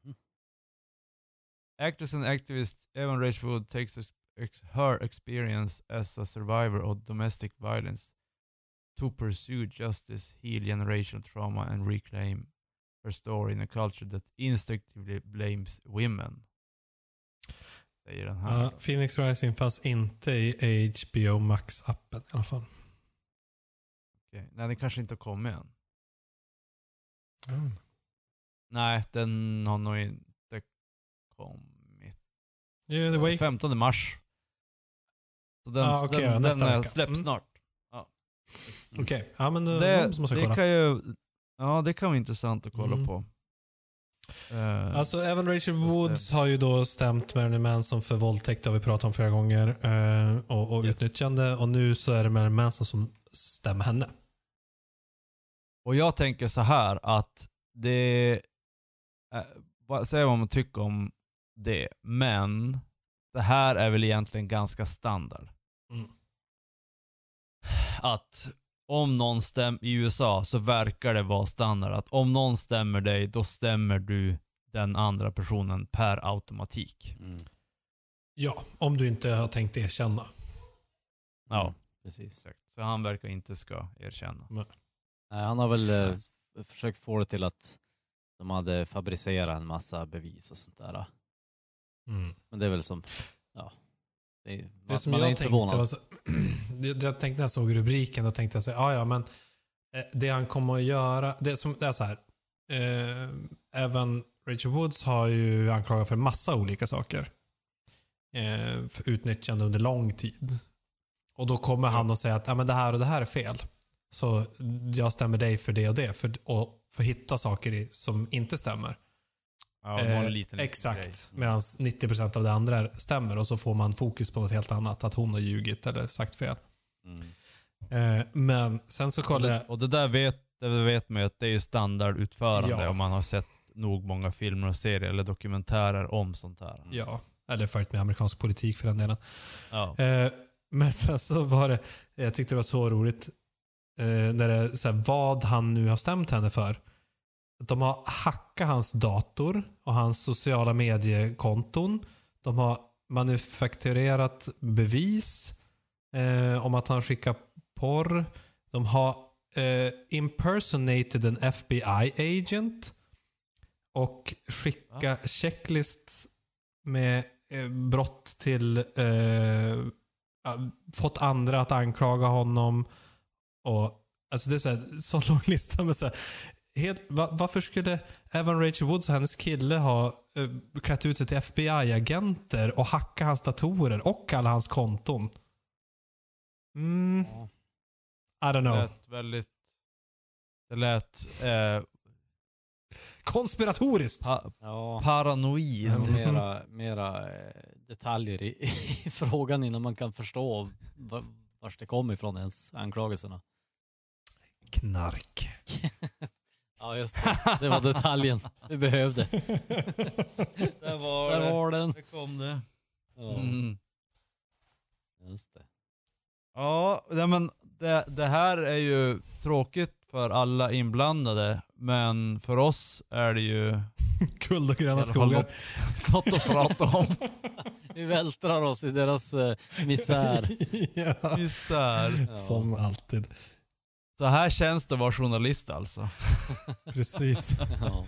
Actress and activist Evan Rachel Wood takes her experience as a survivor of domestic violence to pursue justice, heal generational trauma and reclaim her story in a culture that instinctively blames women. Säger den här. Phoenix Rising fanns inte i HBO Max-appen i alla fall. Okej. Nej, den kanske inte har kommit än. Mm. Nej, den har nog inte kommit. Yeah, the Wake... 15 mars. Så den, okej, den nästa vecka. släpps snart. Okej, ja men Det måste jag kolla. kan ju... Ja, det kan vara intressant att kolla på. Alltså även Rachel Woods har ju då stämt Marilyn Manson för våldtäkt, det har vi pratat om flera gånger, och Yes. utnyttjande, och nu så är det Marilyn Manson som stämmer henne. Och jag tänker så här att det... Säg vad man tycker om det, men det här är väl egentligen ganska standard. Mm. Att om någon stämmer i USA så verkar det vara standard att om någon stämmer dig, då stämmer du den andra personen per automatik. Ja, om du inte har tänkt erkänna. Ja, Precis. exakt. Så han verkar inte ska erkänna. Nej, han har väl försökt få det till att de hade fabricerat en massa bevis och sånt där. Mm. Men det är väl som... Ja. Det som man är jag inte tänkte förvånad. var så, jag tänkte när jag såg rubriken, då tänkte jag så ja men det han kommer att göra, det är så här, även Rachel Woods har ju anklagat för massa olika saker, för utnyttjande under lång tid, och då kommer han att säga att ja, men det här och det här är fel, så jag stämmer dig för det och det, för att hitta saker som inte stämmer. Ja, en liten exakt, medan 90% av det andra stämmer, och så får man fokus på något helt annat, att hon har ljugit eller sagt fel. Men sen så kollar jag... Och det där vet man ju att det är ju standardutförande, Ja. om man har sett nog många filmer och serier eller dokumentärer om sånt här. Ja, eller följt med amerikansk politik för den delen. Ja. Men sen så var det, jag tyckte det var så roligt, när det så här, vad han nu har stämt henne för. De har hackat hans dator och hans sociala mediekonton. De har manufakturerat bevis om att han skickar porr. De har impersonated en FBI agent och skickat checklists med brott till fått andra att anklaga honom, och alltså det är så lång lista med så här, varför skulle även Rachel Woods och hennes kille ha klätt ut sig till FBI-agenter och hacka hans datorer och alla hans konton? I don't know. Det lät Konspiratoriskt. Ja. paranoid. Mera detaljer i frågan innan man kan förstå vars det kom ifrån ens, anklagelserna. Knark. Ja, just det. Det var detaljen vi behövde. Där var den. Där kom det. Ja, just det. Ja, men det här är ju tråkigt för alla inblandade, men för oss är det ju Guld och gröna i alla fall skogar. något att prata om. Vi vältrar oss i deras misär. Ja. Misär. Ja. Som alltid. Så här känns det att vara journalist alltså. Precis. Ja.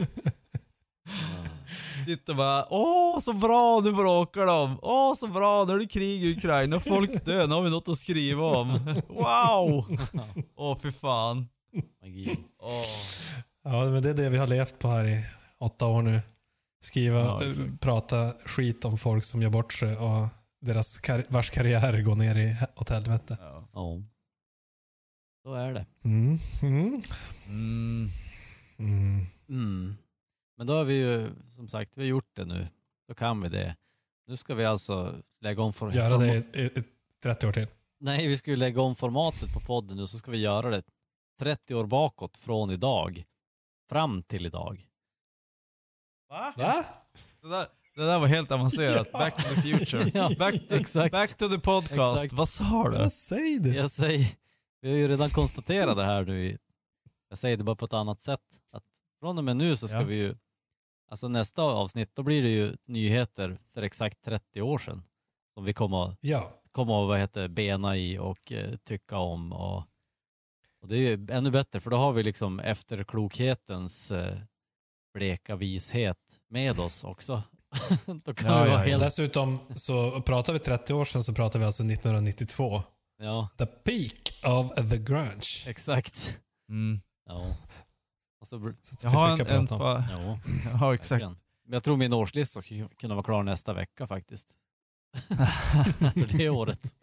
Sitter bara, åh så bra, nu bråkar de. Åh så bra, nu är det krig i Ukraina, folk dör, nu har vi något att skriva om. Wow! Åh fy fan. Magi. Åh. Ja, men det är det vi har levt på här i 8 år nu. Skriva, Ja, exakt. prata skit om folk som gör bort sig och deras vars karriär går ner åt helvete. Ja. Ja. Så är det. Mm. Mm. Mm. Mm. Men då har vi ju, som sagt, vi har gjort det nu. Då kan vi det. Nu ska vi alltså lägga om Göra det i 30 år till. Nej, vi ska ju lägga om formatet på podden nu, så ska vi göra det 30 år bakåt från idag. Fram till idag. Va? Va? Det där var helt avancerat. Ja. Back to the future. Ja, Back to the podcast. Exakt. Vad sa du? Vad säger du? Jag säger, vi har ju redan konstaterat det här nu. Jag säger det bara på ett annat sätt. Att från och med nu så ska vi ju, alltså nästa avsnitt, då blir det ju nyheter för exakt 30 år sedan. Som vi kommer att Ja. bena i och tycka om. Och Och det är ju ännu bättre, för då har vi liksom efterklokhetens bleka vishet med oss också. Då kan vi vara helt... Dessutom så pratar vi 30 år sedan, så pratar vi alltså 1992. Ja, The peak of the grunge. exakt. Mm. Ja. Och så... Så det Jag finns har mycket en att prata om. Ja, Ja, exakt. verkligen. Men jag tror min årslista skulle kunna vara klar nästa vecka faktiskt. För det året.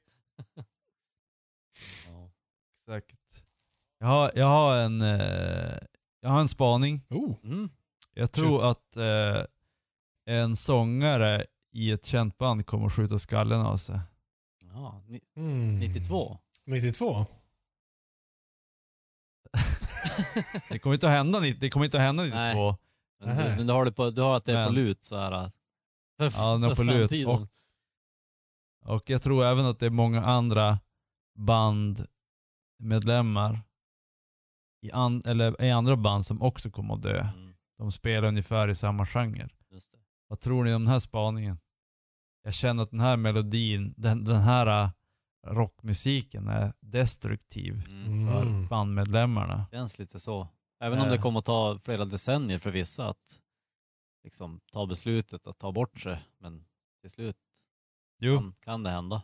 Ja. Exakt. Jag har en spaning. Mm. Jag tror Shoot. att en sångare i ett känt band kommer att skjuta skallen av sig. Ja, 92. 92. Det kommer inte att hända 92. Nej. Men du har att det är på lut så här. Ja, det är på lut. Och jag tror även att det är många andra bandmedlemmar i andra band som också kommer att dö. Mm, De spelar ungefär i samma genre. just det. Vad tror ni om den här spaningen? Jag känner att den här melodin, den här rockmusiken är destruktiv för bandmedlemmarna. Känns lite så. Även om det kommer att ta flera decennier för vissa att liksom ta beslutet att ta bort sig. Men till slut kan det hända.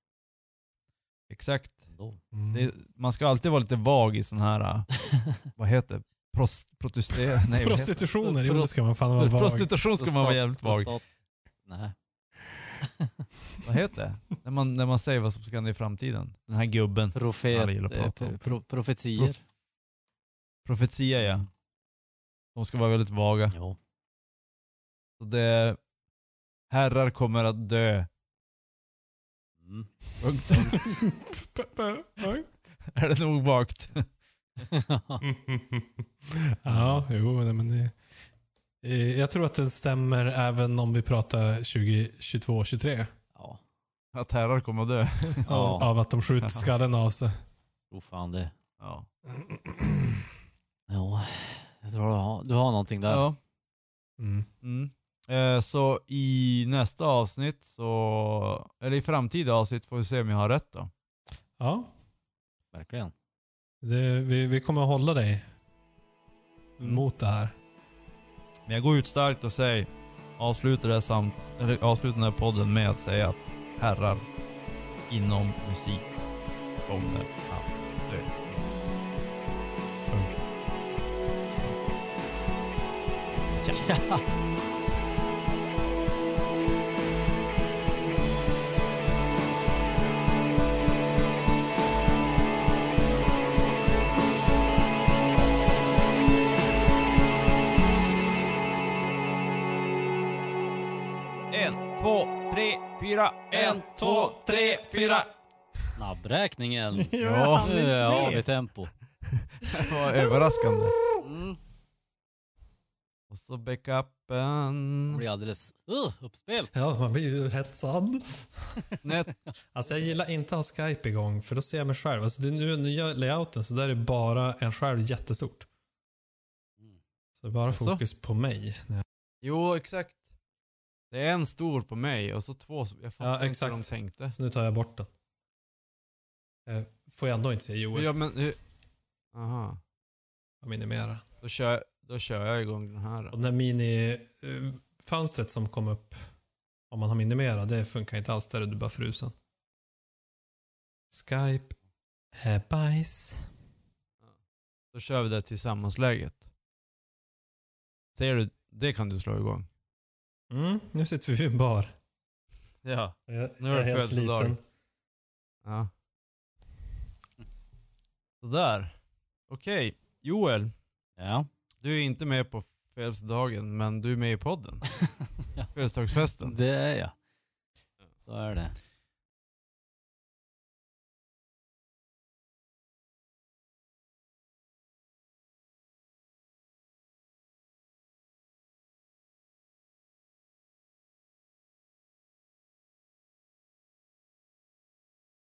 Exakt. Ändå. Man ska alltid vara lite vag i sån här, vad heter det? Prostitutioner, jo det ska man fan vara vag. Prostitution ska man vara jävligt vag. Nej. Vad heter det? När man säger vad som ska hända i framtiden. Den här gubben. Alla gillar att prata om. Profetier. Profetia, ja. De ska vara väldigt vaga. Jo. Så det... Herrar kommer att dö. Mm. Punkt. Är det nog vagt? Ja, jo, men det... Jag tror att den stämmer även om vi pratar 2022-23. Ja. Att herrar kommer att dö. Ja. Av att de skjuter skallen av sig. Fan det. Ja. Ja. Jag tror du har någonting där. Ja. Mm. Så i nästa avsnitt eller i framtida avsnitt får vi se om jag har rätt då. Ja. Verkligen. Vi kommer att hålla dig mot det här. Men jag går ut starkt och säger avslutar den här podden med att säga att herrar inom musik kommer att dö. Ja. En, två, tre, fyra. En, två, tre, fyra. Snabbräkningen. Ja. Nu har vi tempo. Det var överraskande. Mm. Och så backupen. Det blir alldeles uppspel. Ja, man blir ju hetsad. Net. Alltså jag gillar inte att ha Skype igång för då ser jag mig själv. Alltså det är nu nya layouten så där är bara en själv jättestort. Så det är bara fokus på mig. Jo, exakt. Det är en stor på mig och så två som jag fattar inte hur de tänkte. Så nu tar jag bort den. Får jag ändå inte se Joel. Ja, men... Aha. Jag minimerar. Då kör jag igång den här. Och den mini-fönstret som kom upp om man har minimerat, det funkar inte alls. Där är du bara frusen. Skype är bajs. Då kör vi det tillsammansläget. Ser du? Det kan du slå igång. Nu sitter vi vid en bar. Ja. Nu är det födelsedag. Ja. Sådär. Okej. Joel. Ja. Du är inte med på födelsedagen, men du är med i podden. Födelsedagsfesten. Det är jag. Så är det.